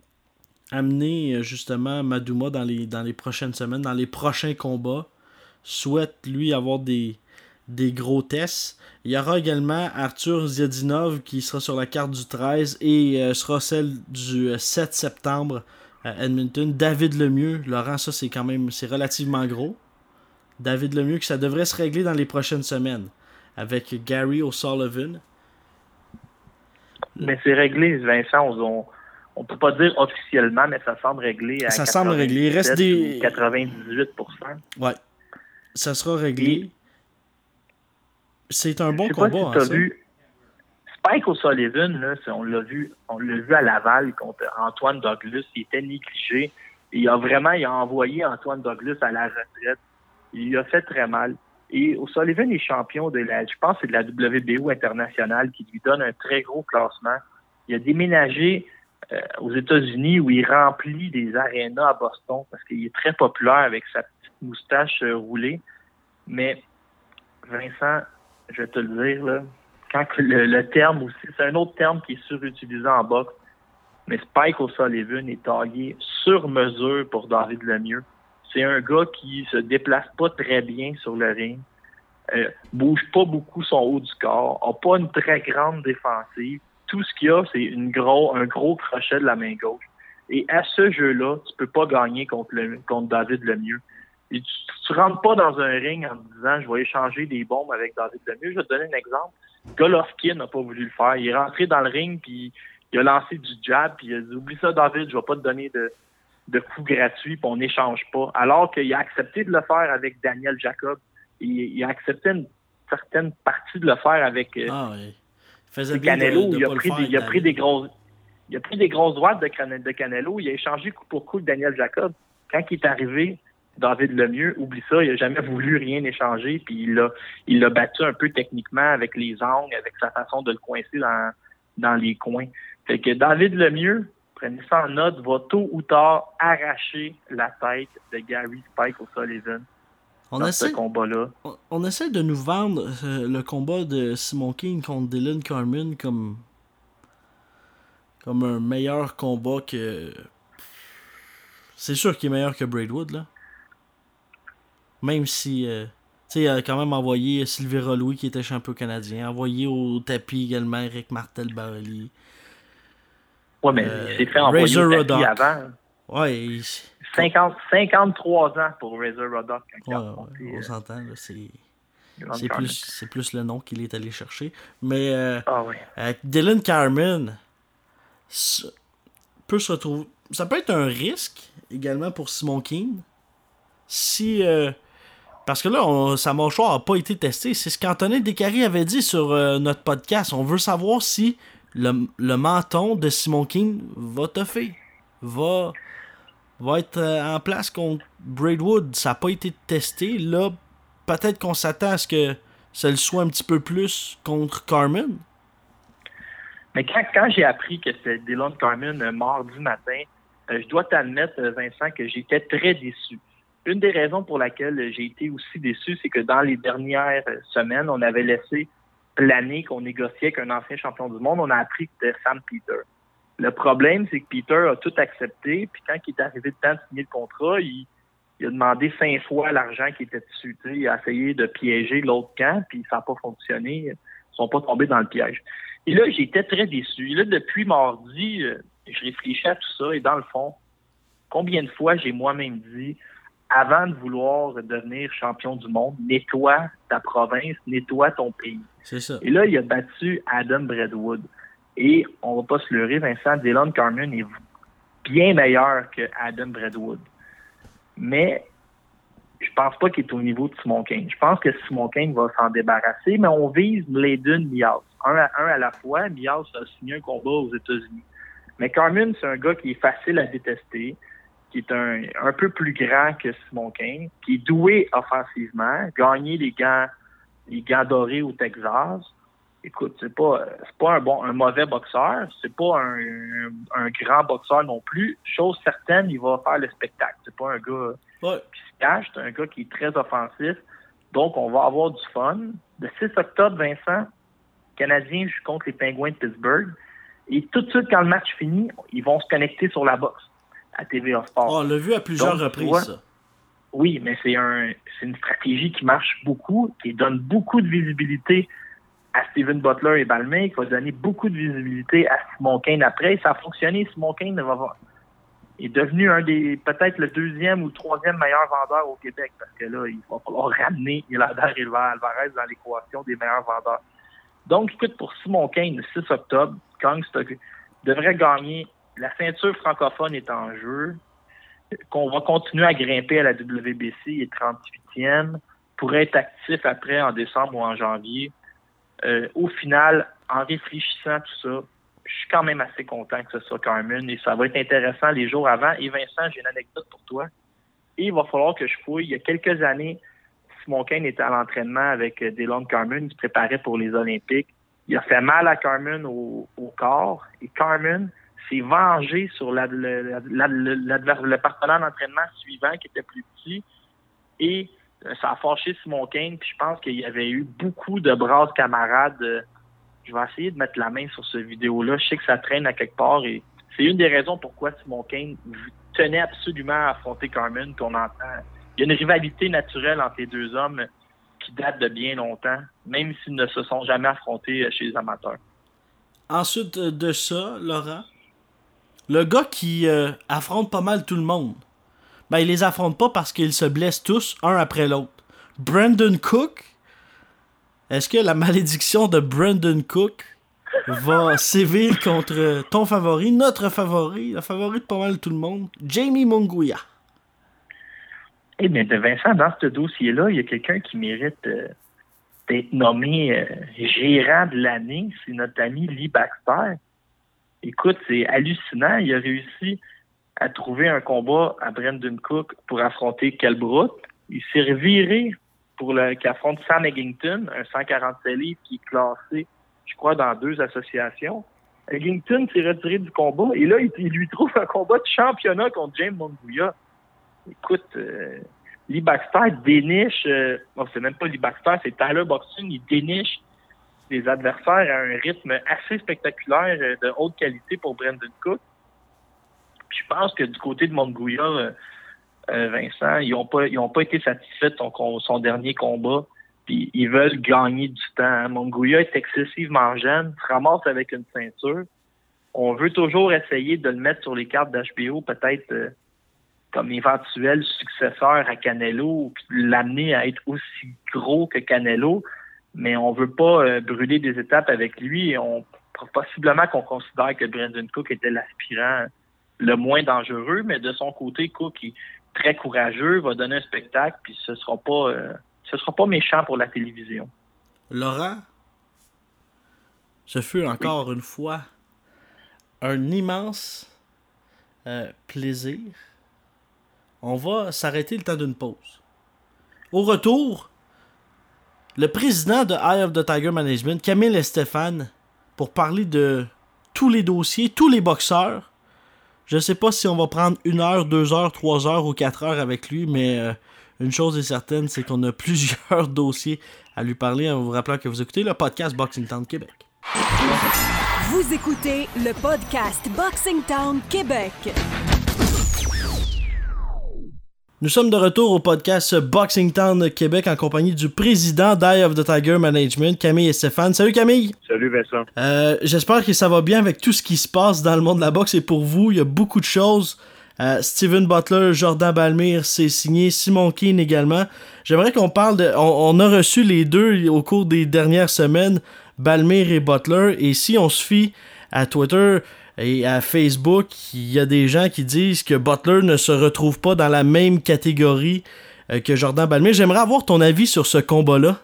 amener euh, justement Madouma dans les, dans les prochaines semaines, dans les prochains combats. Souhaite lui avoir des, des gros tests. Il y aura également Arthur Ziadinov qui sera sur la carte du treize et euh, sera celle du euh, sept septembre à Edmonton. David Lemieux, Laurent, ça c'est quand même c'est relativement gros. David Lemieux, que ça devrait se régler dans les prochaines semaines avec Gary O'Sullivan. Mais c'est réglé, Vincent. On, on peut pas dire officiellement, mais ça semble réglé à Ça semble réglé. Il reste des- quatre-vingt-dix-huit pour cent. Ouais. Ça sera réglé. C'est un bon Je sais pas combat, si hein, t'as ça. vu Spike O'Sullivan, là, c'est- on l'a vu, on l'a vu à Laval contre Antoine Douglas. Il était négligé. Et il a vraiment, il a envoyé Antoine Douglas à la retraite. Il lui a fait très mal. Et O'Sullivan est champion de la, je pense, que c'est de la W B O internationale qui lui donne un très gros classement. Il a déménagé euh, aux États-Unis où il remplit des arénas à Boston parce qu'il est très populaire avec sa petite moustache euh, roulée. Mais Vincent, je vais te le dire, là, quand que le, le terme aussi, c'est un autre terme qui est surutilisé en boxe, mais Spike O'Sullivan est taillé sur mesure pour David Lemieux. C'est un gars qui se déplace pas très bien sur le ring, euh, bouge pas beaucoup son haut du corps, a pas une très grande défensive. Tout ce qu'il a, c'est une gros, un gros crochet de la main gauche. Et à ce jeu-là, tu peux pas gagner contre, le, contre David Lemieux. Et tu, tu rentres pas dans un ring en te disant « je vais échanger des bombes avec David Lemieux ». Je vais te donner un exemple. Golovkin n'a pas voulu le faire. Il est rentré dans le ring, puis il a lancé du jab, puis il a dit « oublie ça, David, je vais pas te donner de, de coups gratuits, puis on n'échange pas ». Alors qu'il a accepté de le faire avec Daniel Jacob. Il, il a accepté une certaine partie de le faire avec euh, ah, oui. il faisait bien Canelo. de, de il, a pas pris le des, faire, il a pris des grosses... Il a pris des grosses droites de, de Canelo. Il a échangé coup pour coup de Daniel Jacob. Quand il est arrivé, David Lemieux, oublie ça, il n'a jamais voulu rien échanger. Puis il l'a, il l'a battu un peu techniquement avec les angles, avec sa façon de le coincer dans, dans les coins. Fait que David Lemieux, prenez ça en note, va tôt ou tard arracher la tête de Gary Spike O'Sullivan on dans essaie, ce combat-là. On, on essaie de nous vendre euh, le combat de Simon King contre Dylan Carmen comme... comme un meilleur combat que... C'est sûr qu'il est meilleur que Braidwood, là. Même si... Euh, tu sais, il a quand même envoyé Silvera Louis, qui était champion canadien. Envoyé au tapis également Eric Martel-Barely. Ouais, mais euh, il s'est fait envoyer Razor au tapis avant. Ouais. Il... cinquante, cinquante-trois ans pour Razor Ruddock. Ouais, ouais, on euh, s'entend, là. C'est... C'est plus, c'est plus le nom qu'il est allé chercher. Mais euh, ah, oui. avec Dylan Carmen... peut se retrouver. Ça peut être un risque également pour Simon King. Si. Euh, parce que là, on, sa mâchoire n'a pas été testée. C'est ce qu'Antonin Descaries avait dit sur euh, notre podcast. On veut savoir si le, le menton de Simon King va toffer. Va, va être euh, en place contre Braidwood. Ça n'a pas été testé. Là, peut-être qu'on s'attend à ce que ça le soit un petit peu plus contre Carmen. Mais quand, quand j'ai appris que c'était Dylan Carmen euh, mardi matin, euh, je dois t'admettre, euh, Vincent, que j'étais très déçu. Une des raisons pour laquelle euh, j'ai été aussi déçu, c'est que dans les dernières euh, semaines, on avait laissé planer qu'on négociait avec un ancien champion du monde. On a appris que c'était Sam Peter. Le problème, c'est que Peter a tout accepté, puis quand il est arrivé le temps de signer le contrat, il, il a demandé cinq fois l'argent qui était dessus. Tu sais, il a essayé de piéger l'autre camp, puis ça n'a pas fonctionné. Ils ne sont pas tombés dans le piège. Et là, j'étais très déçu. Et là, depuis mardi, euh, je réfléchis à tout ça. Et dans le fond, combien de fois j'ai moi-même dit, avant de vouloir devenir champion du monde, nettoie ta province, nettoie ton pays. C'est ça. Et là, il a battu Adam Braidwood. Et on va pas se leurrer, Vincent, Dylan Carmen est bien meilleur que Adam Braidwood. Mais je pense pas qu'il est au niveau de Simon King. Je pense que Simon King va s'en débarrasser, mais on vise Mladen Miyaus. Un à, un à la fois. Miyaus a signé un combat aux États-Unis. Mais Carmen, c'est un gars qui est facile à détester, qui est un, un peu plus grand que Simon King, qui est doué offensivement, gagné les gants, les gants dorés au Texas. Écoute, c'est pas, c'est pas un bon, un mauvais boxeur, c'est pas un, un, un grand boxeur non plus. Chose certaine, il va faire le spectacle. C'est pas un gars ouais. qui se cache, c'est un gars qui est très offensif. Donc, on va avoir du fun. Le six octobre, Vincent, Canadien joue contre les Penguins de Pittsburgh. Et tout de suite, quand le match finit, ils vont se connecter sur la boxe à T V A Sport. Oh, on l'a vu à plusieurs Donc, reprises, vois, ça. Oui, mais c'est, un, c'est une stratégie qui marche beaucoup, qui donne beaucoup de visibilité à Steven Butler et Balmain, qui va donner beaucoup de visibilité à Simon Kane après. Ça a fonctionné. Simon Kane va avoir, est devenu un des, peut-être le deuxième ou le troisième meilleur vendeur au Québec, parce que là, il va falloir ramener Ellander Alvarez dans l'équation des meilleurs vendeurs. Donc, écoute, pour Simon Kane, le six octobre, Kang devrait gagner. La ceinture francophone est en jeu. Qu'on va continuer à grimper à la W B C, il est trente-huitième, pourrait être actif après en décembre ou en janvier. Euh, au final, en réfléchissant à tout ça, je suis quand même assez content que ce soit Carmen et ça va être intéressant les jours avant. Et Vincent, j'ai une anecdote pour toi. Et il va falloir que je fouille. Il y a quelques années, Simon Kane était à l'entraînement avec Dylan Carmen, il se préparait pour les Olympiques. Il a fait mal à Carmen au, au corps et Carmen s'est vengé sur la, la, la, la, la, le partenaire d'entraînement suivant qui était plus petit et ça a fâché Simon Kane. Puis je pense qu'il y avait eu beaucoup de braves camarades. Je vais essayer de mettre la main sur cette vidéo-là. Je sais que ça traîne à quelque part et c'est une des raisons pourquoi Simon Kane tenait absolument à affronter Carmen qu'on entend. Il y a une rivalité naturelle entre les deux hommes qui date de bien longtemps, même s'ils ne se sont jamais affrontés chez les amateurs. Ensuite de ça, Laurent, le gars qui euh, affronte pas mal tout le monde, ben il les affronte pas parce qu'ils se blessent tous un après l'autre. Brandon Cook, est-ce que la malédiction de Brandon Cook va sévir contre ton favori, notre favori, le favori de pas mal tout le monde, Jamie Munguia? Eh bien, Vincent, dans ce dossier-là, il y a quelqu'un qui mérite euh, d'être nommé euh, gérant de l'année. C'est notre ami Lee Baxter. Écoute, c'est hallucinant. Il a réussi à trouver un combat à Brandon Cook pour affronter Kell Brook. Il s'est reviré pour le qui affronte Sam Eggington, un cent quarante-sept livres qui est classé, je crois, dans deux associations. Eggington s'est retiré du combat et là, il, il lui trouve un combat de championnat contre James Munguia. Écoute, euh, Lee Baxter déniche, euh, bon, c'est même pas Lee Baxter, c'est Tyler Boxing, il déniche des adversaires à un rythme assez spectaculaire, euh, de haute qualité pour Brandon Cook. Puis je pense que du côté de Munguia, euh, euh, Vincent, ils n'ont pas, ils ont pas été satisfaits de son, son dernier combat. Puis ils veulent gagner du temps. Hein. Munguia est excessivement jeune, se ramasse avec une ceinture. On veut toujours essayer de le mettre sur les cartes d'H B O, peut-être euh, comme éventuel successeur à Canelo, puis l'amener à être aussi gros que Canelo. Mais on veut pas euh, brûler des étapes avec lui. Et on possiblement qu'on considère que Brandon Cook était l'aspirant le moins dangereux, mais de son côté, Cook est très courageux, va donner un spectacle, puis ce sera pas euh, ce sera pas méchant pour la télévision. Laurent, ce fut encore oui. une fois un immense euh, plaisir. On va s'arrêter le temps d'une pause. Au retour, le président de Eye of the Tiger Management, Camille Estefan, pour parler de tous les dossiers, tous les boxeurs. Je sais pas si on va prendre une heure, deux heures, trois heures ou quatre heures avec lui, mais euh, une chose est certaine, c'est qu'on a plusieurs dossiers à lui parler en vous rappelant que vous écoutez le podcast Boxing Town Québec. Vous écoutez le podcast Boxing Town Québec. Nous sommes de retour au podcast Boxing Town Québec en compagnie du président d'Eye of the Tiger Management, Camille Estefan. Salut Camille! Salut Vincent! Euh, j'espère que ça va bien avec tout ce qui se passe dans le monde de la boxe et pour vous, il y a beaucoup de choses. Euh, Steven Butler, Jordan Balmire, c'est signé, Simon Keane également. J'aimerais qu'on parle de... On, on a reçu les deux au cours des dernières semaines, Balmire et Butler, et si on se fie à Twitter... Et à Facebook, il y a des gens qui disent que Butler ne se retrouve pas dans la même catégorie euh, que Jordan Balmire. J'aimerais avoir ton avis sur ce combat-là.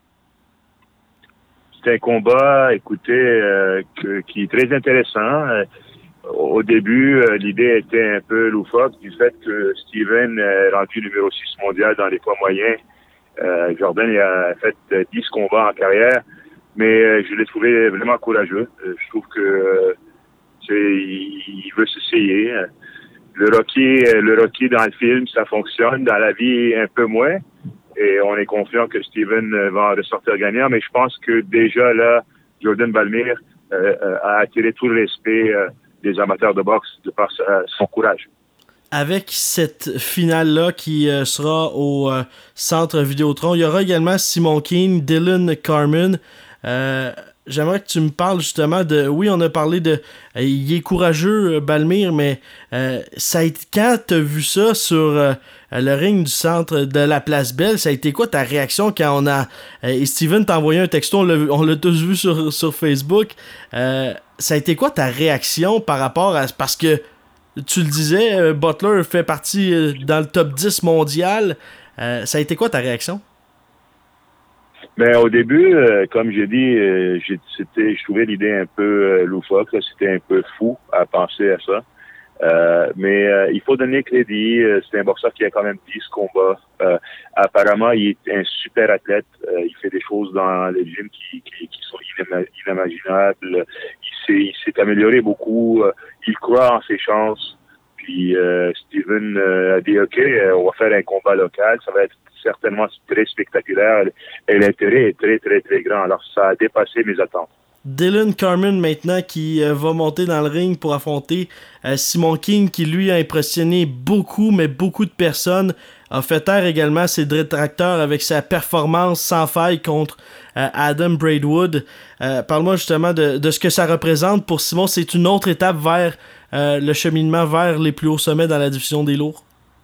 C'est un combat, écoutez, euh, que, qui est très intéressant. Euh, au début, euh, l'idée était un peu loufoque du fait que Steven est rendu numéro six mondial dans les poids moyens. Euh, Jordan il a fait dix combats en carrière, mais euh, je l'ai trouvé vraiment courageux. Euh, je trouve que... Euh, il veut s'essayer. Le Rocky, le Rocky dans le film, ça fonctionne. Dans la vie, un peu moins. Et on est confiant que Steven va ressortir gagnant. Mais je pense que déjà là, Jordan Balmire euh, a attiré tout le respect euh, des amateurs de boxe de par sa, son courage. Avec cette finale-là qui euh, sera au euh, Centre Vidéotron, il y aura également Simon Keane, Dylan Carmen. Euh, J'aimerais que tu me parles justement de... Oui, on a parlé de... Euh, il est courageux, Balmire, mais euh, ça a été, quand tu as vu ça sur euh, le ring du centre de la Place Belle, ça a été quoi ta réaction quand on a... Euh, et Steven t'a envoyé un texto, on l'a, on l'a tous vu sur, sur Facebook. Euh, ça a été quoi ta réaction par rapport à... Parce que, tu le disais, euh, Butler fait partie euh, dans le top dix mondial. Euh, ça a été quoi ta réaction? Mais au début, euh, comme j'ai dit, euh, j'ai, c'était, je trouvais l'idée un peu euh, loufoque. Là, c'était un peu fou à penser à ça. Euh, mais euh, il faut donner crédit. Euh, c'est un boxeur qui a quand même dix combats. Euh, apparemment, il est un super athlète. Euh, il fait des choses dans le gym qui, qui, qui sont inimaginables. Il s'est, il s'est amélioré beaucoup. Euh, il croit en ses chances. Puis euh, Steven euh, a dit, OK, euh, on va faire un combat local. Ça va être certainement très spectaculaire et l'intérêt est très, très, très grand. Alors, ça a dépassé mes attentes. Dylan Carmen, maintenant, qui euh, va monter dans le ring pour affronter euh, Simon King, qui, lui, a impressionné beaucoup, mais beaucoup de personnes. A fait taire également ses détracteurs avec sa performance sans faille contre euh, Adam Braidwood. Euh, parle-moi justement de, de ce que ça représente pour Simon. C'est une autre étape vers euh, le cheminement vers les plus hauts sommets dans la division des lourds?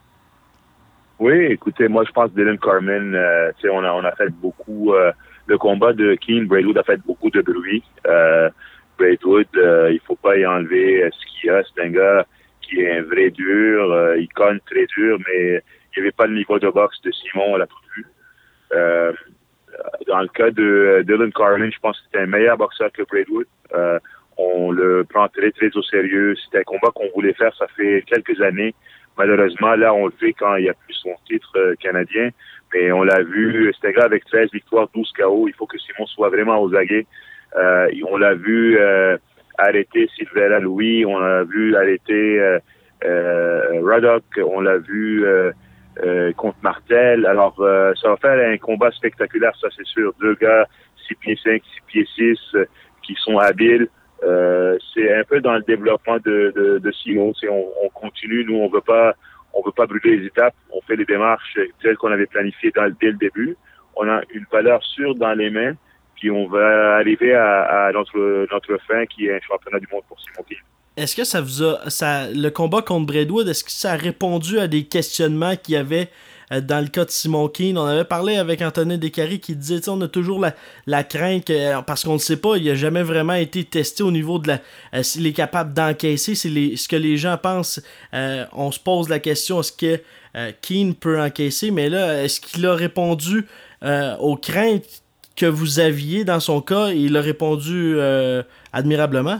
Oui, écoutez, moi je pense que Dylan Carmen, euh, tu sais, on a, on a fait beaucoup, euh, le combat de Keane, Braidwood a fait beaucoup de bruit. Euh, Braidwood, euh, il faut pas y enlever ce qu'il y a, c'est un gars qui est un vrai dur, euh, il cogne très dur, mais il n'y avait pas le niveau de boxe de Simon, on l'a plus. Euh, dans le cas de Dylan Carmen, je pense que c'était un meilleur boxeur que Braidwood. Euh, on le prend très, très au sérieux. C'était un combat qu'on voulait faire, ça fait quelques années. Malheureusement, là, on le fait quand il n'y a plus son titre euh, canadien. Mais on l'a vu, c'était un gars avec treize victoires, douze K O. Il faut que Simon soit vraiment aux aguets. Euh, on l'a vu euh, arrêter Silvera Louis. On l'a vu arrêter euh, euh, Ruddock. On l'a vu euh, euh, contre Martel. Alors, euh, ça va faire un combat spectaculaire, ça c'est sûr. Deux gars, six pieds cinq, six pieds six, euh, qui sont habiles. Euh, c'est un peu dans le développement de, de, de Simon. C'est on, on continue, nous on veut pas, on veut pas brûler les étapes. On fait les démarches telles qu'on avait planifiées dans, dès le début. On a une valeur sûre dans les mains, puis on va arriver à, à notre notre fin qui est un championnat du monde pour Simon Keane. Est-ce que ça vous a, ça, le combat contre Braidwood, est-ce que ça a répondu à des questionnements qu'il y avait dans le cas de Simon Keane? On avait parlé avec Anthony Descaries qui disait, tu sais, on a toujours la, la crainte, que, parce qu'on ne sait pas, il n'a jamais vraiment été testé au niveau de la, euh, s'il est capable d'encaisser, c'est les, ce que les gens pensent. Euh, on se pose la question, est-ce que euh, Keane peut encaisser? Mais là, est-ce qu'il a répondu euh, aux craintes que vous aviez dans son cas? Et il a répondu euh, admirablement?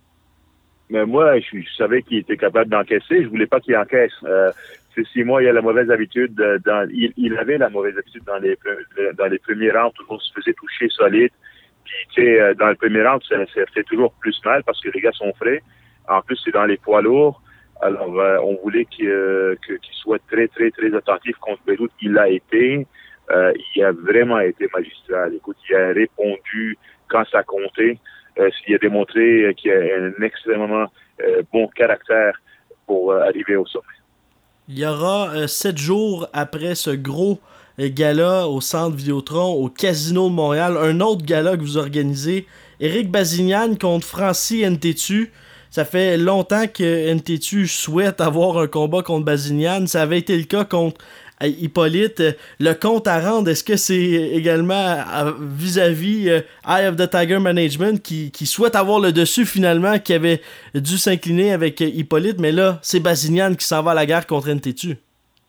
Mais moi, je, je savais qu'il était capable d'encaisser. Je voulais pas qu'il encaisse. Euh, c'est Simon, il a la mauvaise habitude. De, dans, il, il avait la mauvaise habitude dans les dans les premiers rounds. Toujours se faisait toucher solide. Puis, tu sais, dans le premier round, ça, ça fait toujours plus mal parce que les gars sont frais. En plus, c'est dans les poids lourds. Alors, euh, on voulait qu'il, euh, qu'il soit très, très, très attentif contre Braidwood. Il l'a été. Euh, il a vraiment été magistral. Écoute, il a répondu quand ça comptait. Euh, il a démontré qu'il a un extrêmement euh, bon caractère pour euh, arriver au sommet. Il y aura euh, sept jours après ce gros euh, gala au Centre Vidéotron, au Casino de Montréal, un autre gala que vous organisez. Éric Bazignan contre Francis Ntetu. Ça fait longtemps que Ntetu souhaite avoir un combat contre Bazignan. Ça avait été le cas contre euh, Hippolyte. Le compte à rendre, est-ce que c'est également euh, vis-à-vis euh, Eye of the Tiger Management qui, qui souhaite avoir le dessus finalement, qui avait dû s'incliner avec euh, Hippolyte, mais là, c'est Bazignan qui s'en va à la guerre contre Ntetu?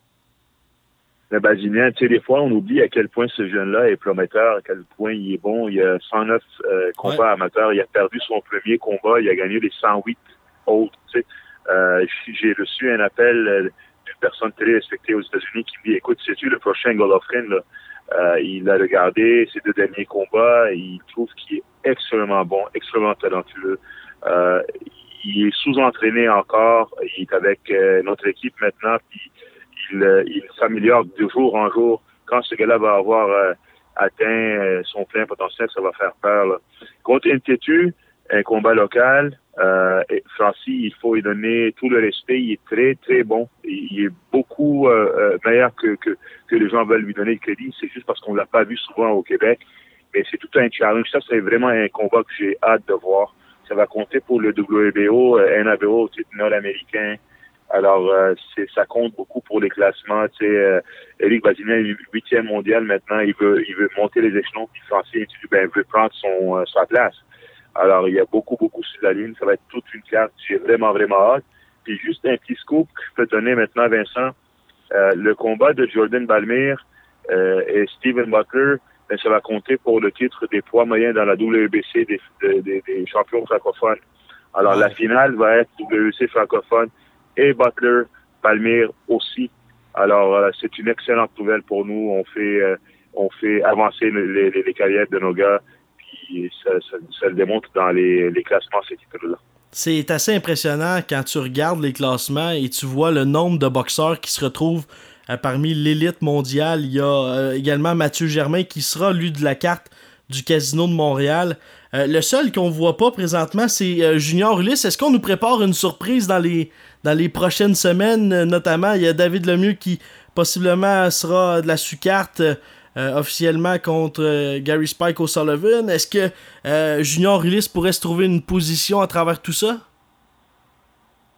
Le Bazignan, tu sais, des fois, on oublie à quel point ce jeune-là est prometteur, à quel point il est bon. Il a cent neuf euh, combats ouais. amateurs. Il a perdu son premier combat. Il a gagné les cent huit autres. Tu sais. Euh, j'ai reçu un appel euh, d'une personne très respectée aux États-Unis qui me dit, écoute, sais-tu le prochain Golovkin, là? Euh, il a regardé ses deux derniers combats. Et il trouve qu'il est extrêmement bon, extrêmement talentueux. Euh, il est sous-entraîné encore. Il est avec euh, notre équipe maintenant. Puis Il, il s'améliore de jour en jour. Quand ce gars-là va avoir euh, atteint euh, son plein potentiel, ça va faire peur. Là. Contre Ntetu, un combat local, euh, et Francis, il faut lui donner tout le respect. Il est très, très bon. Il, il est beaucoup euh, meilleur que, que, que les gens veulent lui donner le crédit. C'est juste parce qu'on ne l'a pas vu souvent au Québec. Mais c'est tout un challenge. Ça, c'est vraiment un combat que j'ai hâte de voir. Ça va compter pour le W B O, euh, N A B O, titre nord-américain. Alors, euh, c'est, ça compte beaucoup pour les classements. Tu sais, euh, Éric Bazignan est huitième mondial maintenant. Il veut, il veut monter les échelons. Puis Francis, ben, veut prendre son, euh, sa place. Alors, il y a beaucoup, beaucoup sur la ligne. Ça va être toute une carte. J'ai vraiment, vraiment hâte. Puis juste un petit scoop que je peux donner maintenant, Vincent. Euh, le combat de Jordan Balmire euh, et Steven Butler, ben, ça va compter pour le titre des poids moyens dans la W B C des, des, des, des champions francophones. Alors, la finale va être W B C francophone et Butler, Balmire aussi. Alors, euh, c'est une excellente nouvelle pour nous. On fait euh, on fait avancer les, les, les carrières de nos gars, puis ça, ça, ça le démontre dans les, les classements, ces titres-là. C'est assez impressionnant quand tu regardes les classements et tu vois le nombre de boxeurs qui se retrouvent euh, parmi l'élite mondiale. Il y a euh, également Mathieu Germain qui sera, lui, de la carte du Casino de Montréal. Euh, le seul qu'on voit pas présentement, c'est euh, Junior Ulysse. Est-ce qu'on nous prépare une surprise dans les dans les prochaines semaines? Euh, notamment, il y a David Lemieux qui possiblement sera de la sous-carte euh, officiellement contre euh, Gary Spike O'Sullivan. Est-ce que euh, Junior Ulysse pourrait se trouver une position à travers tout ça?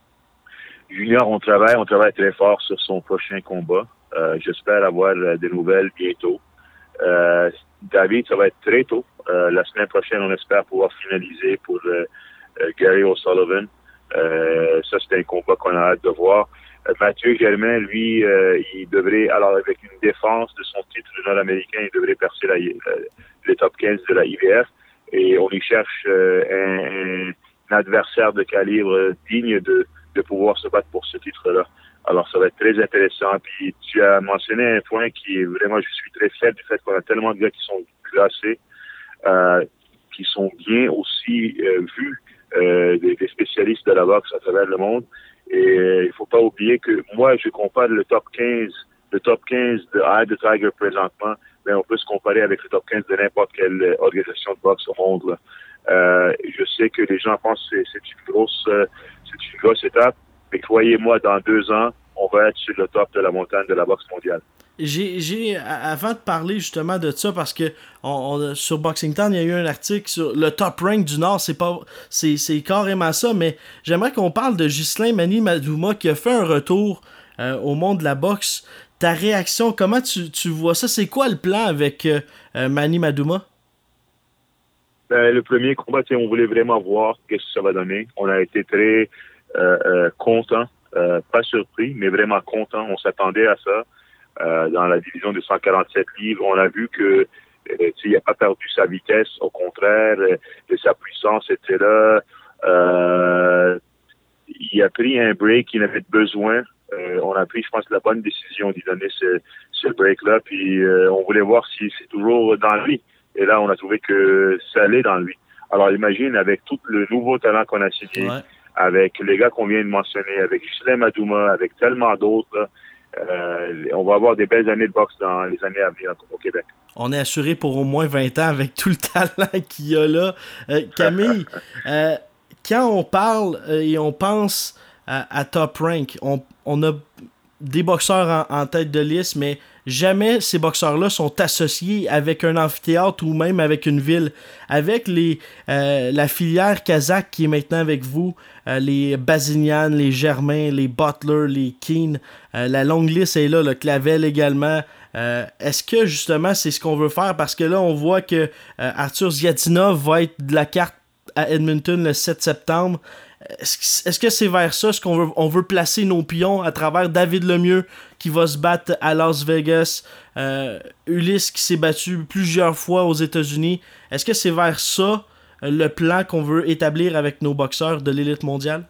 Junior, on travaille, on travaille très fort sur son prochain combat. Euh, j'espère avoir euh, des nouvelles bientôt. Euh, David, ça va être très tôt. Euh, la semaine prochaine, on espère pouvoir finaliser pour euh, euh, Gary O'Sullivan. Euh, ça, c'est un combat qu'on a hâte de voir. Euh, Mathieu Germain, lui, euh, il devrait, alors avec une défense de son titre nord-américain, il devrait percer la, euh, les top quinze de la I B F. Et on y cherche euh, un, un adversaire de calibre digne de, de pouvoir se battre pour ce titre-là. Alors, ça va être très intéressant. Puis, tu as mentionné un point qui est vraiment, je suis très fier du fait qu'on a tellement de gars qui sont classés, euh, qui sont bien aussi euh, vus euh, des, des spécialistes de la boxe à travers le monde. Et euh, il faut pas oublier que moi, je compare le top quinze, le top quinze de Eye of the Tiger présentement, mais on peut se comparer avec le top quinze de n'importe quelle organisation de boxe au monde. Là. Euh, je sais que les gens pensent que c'est, c'est une grosse, euh, c'est une grosse étape. Mais croyez-moi, dans deux ans, on va être sur le top de la montagne de la boxe mondiale. J'ai, j'ai, avant de parler justement de ça, parce que on, on, sur Boxing Town, il y a eu un article sur le top rank du Nord, c'est pas, c'est, c'est carrément ça, mais j'aimerais qu'on parle de Ghislain Mani Madouma qui a fait un retour euh, au monde de la boxe. Ta réaction, comment tu, tu vois ça? C'est quoi le plan avec euh, Mani Madouma? Ben, le premier combat, on voulait vraiment voir ce que ça va donner. On a été très euh, euh, contents, euh, pas surpris, mais vraiment contents. On s'attendait à ça. Euh, dans la division de cent quarante-sept livres, on a vu que euh, il n'a pas perdu sa vitesse, au contraire, euh, sa puissance était là. Euh, il a pris un break qu'il avait besoin. Euh, on a pris, je pense, la bonne décision d'y donner ce, ce break-là. Puis euh, on voulait voir si c'est toujours dans lui. Et là, on a trouvé que ça allait dans lui. Alors imagine, avec tout le nouveau talent qu'on a signé, ouais. avec les gars qu'on vient de mentionner, avec Ghislain Madouma, avec tellement d'autres, Euh, on va avoir des belles années de boxe dans les années à venir au Québec. On est assuré pour au moins vingt ans avec tout le talent qu'il y a là. Euh, Camille, euh, quand on parle euh, et on pense à, à Top Rank, on, on a des boxeurs en, en tête de liste, mais jamais ces boxeurs-là sont associés avec un amphithéâtre ou même avec une ville. Avec les euh, la filière kazakh qui est maintenant avec vous, euh, les Bazinian, les Germain, les Butler, les Keane, euh, la longue liste est là, le Clavel également. Euh, est-ce que justement c'est ce qu'on veut faire? Parce que là on voit que euh, Arthur Zyatinov va être de la carte à Edmonton le sept septembre. Est-ce, est-ce que c'est vers ça ce qu'on veut, on veut placer nos pions à travers David Lemieux qui va se battre à Las Vegas, euh, Ulysse qui s'est battu plusieurs fois aux États-Unis? Est-ce que c'est vers ça le plan qu'on veut établir avec nos boxeurs de l'élite mondiale?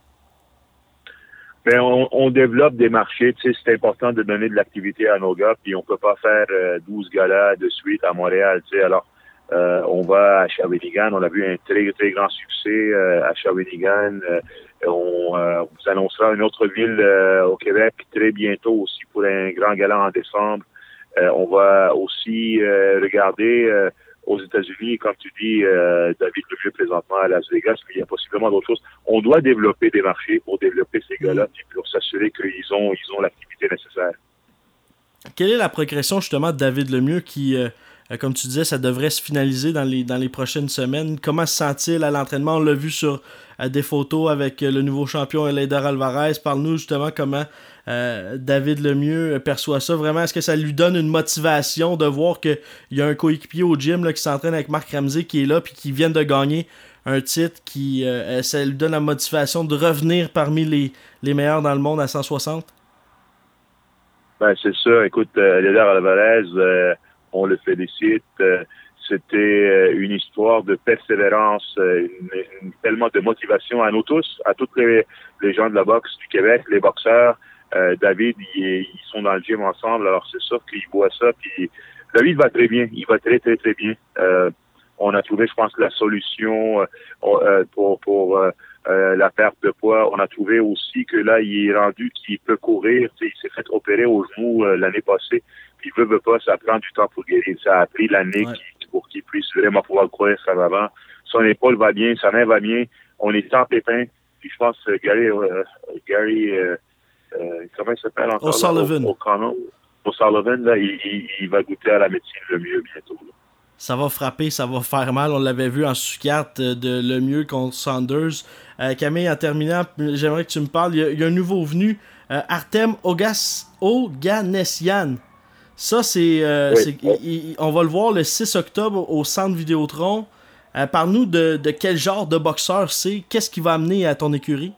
Ben, on, on développe des marchés. Tu sais, c'est important de donner de l'activité à nos gars, puis on peut pas faire euh, douze galas de suite à Montréal. Tu sais, alors Euh, on va à Shawinigan, on a vu un très, très grand succès euh, à Shawinigan. Euh, on euh, vous annoncera une autre ville euh, au Québec très bientôt aussi pour un grand gala en décembre. Euh, on va aussi euh, regarder euh, aux États-Unis, comme tu dis, euh, David Lemieux présentement à Las Vegas, mais il y a possiblement d'autres choses. On doit développer des marchés pour développer ces gars-là, puis pour s'assurer qu'ils ont, ils ont l'activité nécessaire. Quelle est la progression justement de David Lemieux qui... Euh... Comme tu disais, ça devrait se finaliser dans les, dans les prochaines semaines. Comment se sent-il à l'entraînement? On l'a vu sur euh, des photos avec euh, le nouveau champion Eleider Alvarez. Parle-nous justement comment euh, David Lemieux perçoit ça. Vraiment, est-ce que ça lui donne une motivation de voir qu'il y a un coéquipier au gym là, qui s'entraîne avec Marc Ramsey qui est là et qui vient de gagner un titre, qui euh, ça lui donne la motivation de revenir parmi les, les meilleurs dans le monde à cent soixante? Ben, c'est ça. Écoute, euh, Eleider Alvarez... Euh... on le félicite. C'était une histoire de persévérance, une, une, tellement de motivation à nous tous, à tous les, les gens de la boxe du Québec, les boxeurs. Euh, David, ils, ils sont dans le gym ensemble, alors c'est sûr qu'ils voient ça. Puis David va très bien, il va très, très, très bien. Euh, on a trouvé, je pense, la solution euh, pour, pour euh, euh, la perte de poids. On a trouvé aussi que là, il est rendu qu'il peut courir. Il s'est fait opérer au genou euh, l'année passée. Puis, veut, veut pas, ça prend du temps pour guérir. Ça a pris l'année ouais. qui, pour qu'il puisse vraiment pouvoir courir ça va avant. Son épaule va bien, sa main va bien. On est sans pépin. Puis, je pense que Gary, euh, Gary euh, euh, comment il s'appelle encore? O'Sullivan. O'Sullivan, là, il, il, il va goûter à la médecine le mieux bientôt. Là. Ça va frapper, ça va faire mal. On l'avait vu en sous-carte de Lemieux contre Saunders. Euh, Camille, en terminant, j'aimerais que tu me parles. Il y a, il y a un nouveau venu, euh, Artem Ogas, Oganessian. Ça, c'est, euh, oui. c'est il, il, on va le voir le six octobre au Centre Vidéotron. Euh, Parle-nous de, de quel genre de boxeur c'est. Qu'est-ce qui va amener à ton écurie?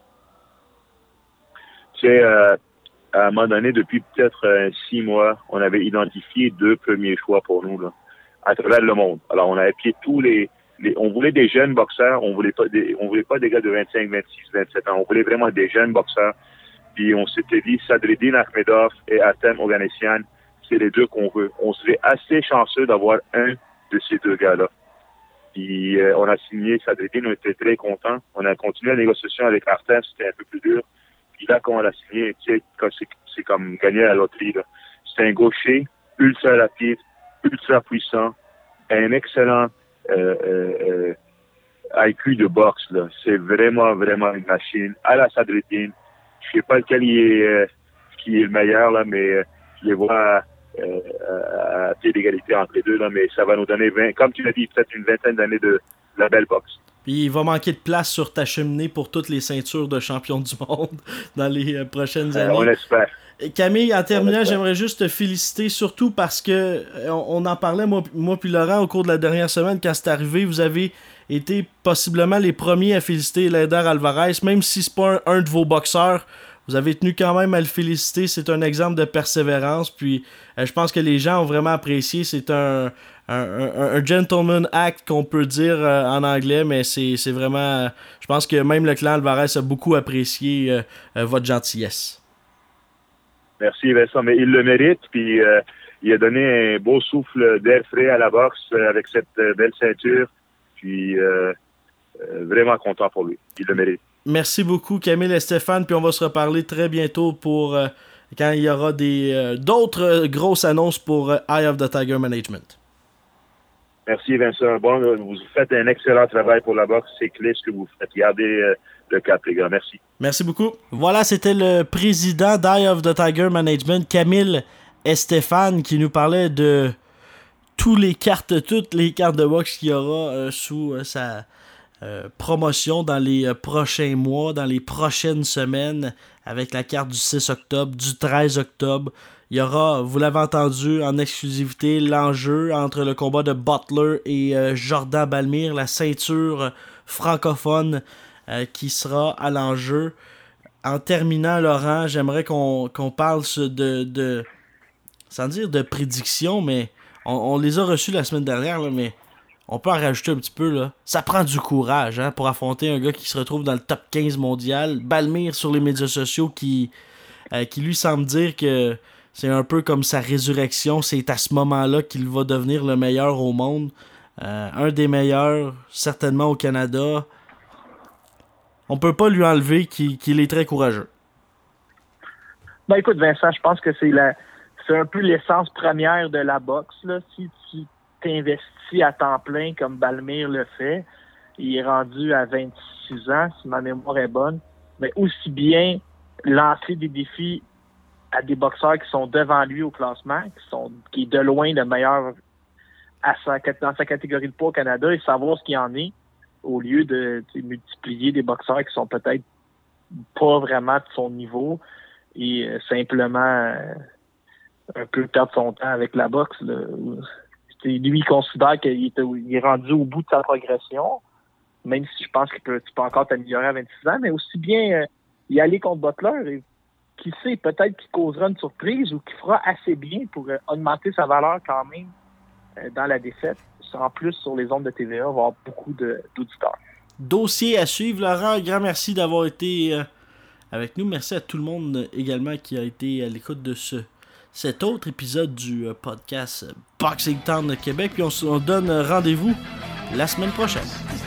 C'est, euh, à un moment donné, depuis peut-être euh, six mois, on avait identifié deux premiers choix pour nous, là, à travers le monde. Alors, on a appuyé tous les, les... On voulait des jeunes boxeurs, on voulait pas des, on voulait pas des gars de vingt-cinq, vingt-six, vingt-sept ans. On voulait vraiment des jeunes boxeurs. Puis, on s'était dit, Sadreddine Akhmedov et Artem Oganessian, c'est les deux qu'on veut. On serait assez chanceux d'avoir un de ces deux gars-là. Puis euh, on a signé Sadreddine, on était très contents. On a continué la négociation avec Artem, c'était un peu plus dur. Puis là, quand on l'a signé, tu sais, c'est, c'est comme gagner à la loterie, là. C'est un gaucher ultra rapide, ultra puissant, un excellent euh, euh, I Q de boxe, là. C'est vraiment, vraiment une machine. À la Sadreddine, je sais pas lequel il est, euh, qui est le meilleur, là, mais euh, je les vois Euh, à pied d'égalité entre les deux, là, mais ça va nous donner, vingt, comme tu l'as dit, peut-être une vingtaine d'années de, de la belle boxe. Puis il va manquer de place sur ta cheminée pour toutes les ceintures de champion du monde dans les euh, prochaines années. Euh, on espère. Camille, en terminant, j'aimerais juste te féliciter, surtout parce que on, on en parlait, moi, moi puis Laurent, au cours de la dernière semaine, quand c'est arrivé, vous avez été possiblement les premiers à féliciter Eleider Alvarez, même si c'est pas un, un de vos boxeurs. Vous avez tenu quand même à le féliciter. C'est un exemple de persévérance. Puis euh, je pense que les gens ont vraiment apprécié. C'est un, un, un, un gentleman act qu'on peut dire euh, en anglais, mais c'est, c'est vraiment... Euh, je pense que même le clan Alvarez a beaucoup apprécié euh, euh, votre gentillesse. Merci Vincent, mais il le mérite. Puis euh, il a donné un beau souffle d'air frais à la boxe euh, avec cette euh, belle ceinture. Puis euh, euh, vraiment content pour lui. Il le mérite. Merci beaucoup Camille et Stéphane, puis on va se reparler très bientôt pour euh, quand il y aura des euh, d'autres euh, grosses annonces pour euh, Eye of the Tiger Management. Merci Vincent. Bon, vous faites un excellent travail pour la boxe, c'est clé ce que vous faites. Gardez euh, le cap les gars, merci. Merci beaucoup. Voilà, c'était le président d'Eye of the Tiger Management, Camille et Stéphane, qui nous parlait de tous les cartes, toutes les cartes de boxe qu'il y aura euh, sous euh, sa Euh, promotion dans les euh, prochains mois, dans les prochaines semaines, avec la carte du six octobre, du treize octobre. Il y aura, vous l'avez entendu, en exclusivité, l'enjeu entre le combat de Butler et euh, Jordan Balmire, la ceinture francophone euh, qui sera à l'enjeu. En terminant, Laurent, j'aimerais qu'on, qu'on parle de, de, sans dire de prédictions, mais on, on les a reçues la semaine dernière, là, mais on peut en rajouter un petit peu, là. Ça prend du courage, hein, pour affronter un gars qui se retrouve dans le top quinze mondial. Balmire sur les médias sociaux qui, euh, qui lui semble dire que c'est un peu comme sa résurrection. C'est à ce moment-là qu'il va devenir le meilleur au monde. Euh, un des meilleurs, certainement au Canada. On peut pas lui enlever qu'il, qu'il est très courageux. Ben écoute, Vincent, je pense que c'est la c'est un peu l'essence première de la boxe, là. Si tu t'investis à temps plein comme Balmire le fait, il est rendu à vingt-six ans, si ma mémoire est bonne, mais aussi bien lancer des défis à des boxeurs qui sont devant lui au classement, qui sont qui est de loin le meilleur à sa, dans sa catégorie de poids au Canada, et savoir ce qu'il en est, au lieu de multiplier des boxeurs qui sont peut-être pas vraiment de son niveau et euh, simplement euh, un peu perdre son temps avec la boxe, là. Lui, il considère qu'il est, il est rendu au bout de sa progression, même si je pense qu'il peut, tu peux encore t'améliorer à vingt-six ans, mais aussi bien euh, y aller contre Butler, et qui sait, peut-être qu'il causera une surprise ou qu'il fera assez bien pour euh, augmenter sa valeur quand même euh, dans la défaite. En plus, sur les ondes de T V A, il va y avoir beaucoup de, d'auditeurs. Dossier à suivre, Laurent. Grand merci d'avoir été euh, avec nous. Merci à tout le monde également qui a été à l'écoute de ce cet autre épisode du euh, podcast Boxing Town de Québec. Puis on se donne rendez-vous la semaine prochaine.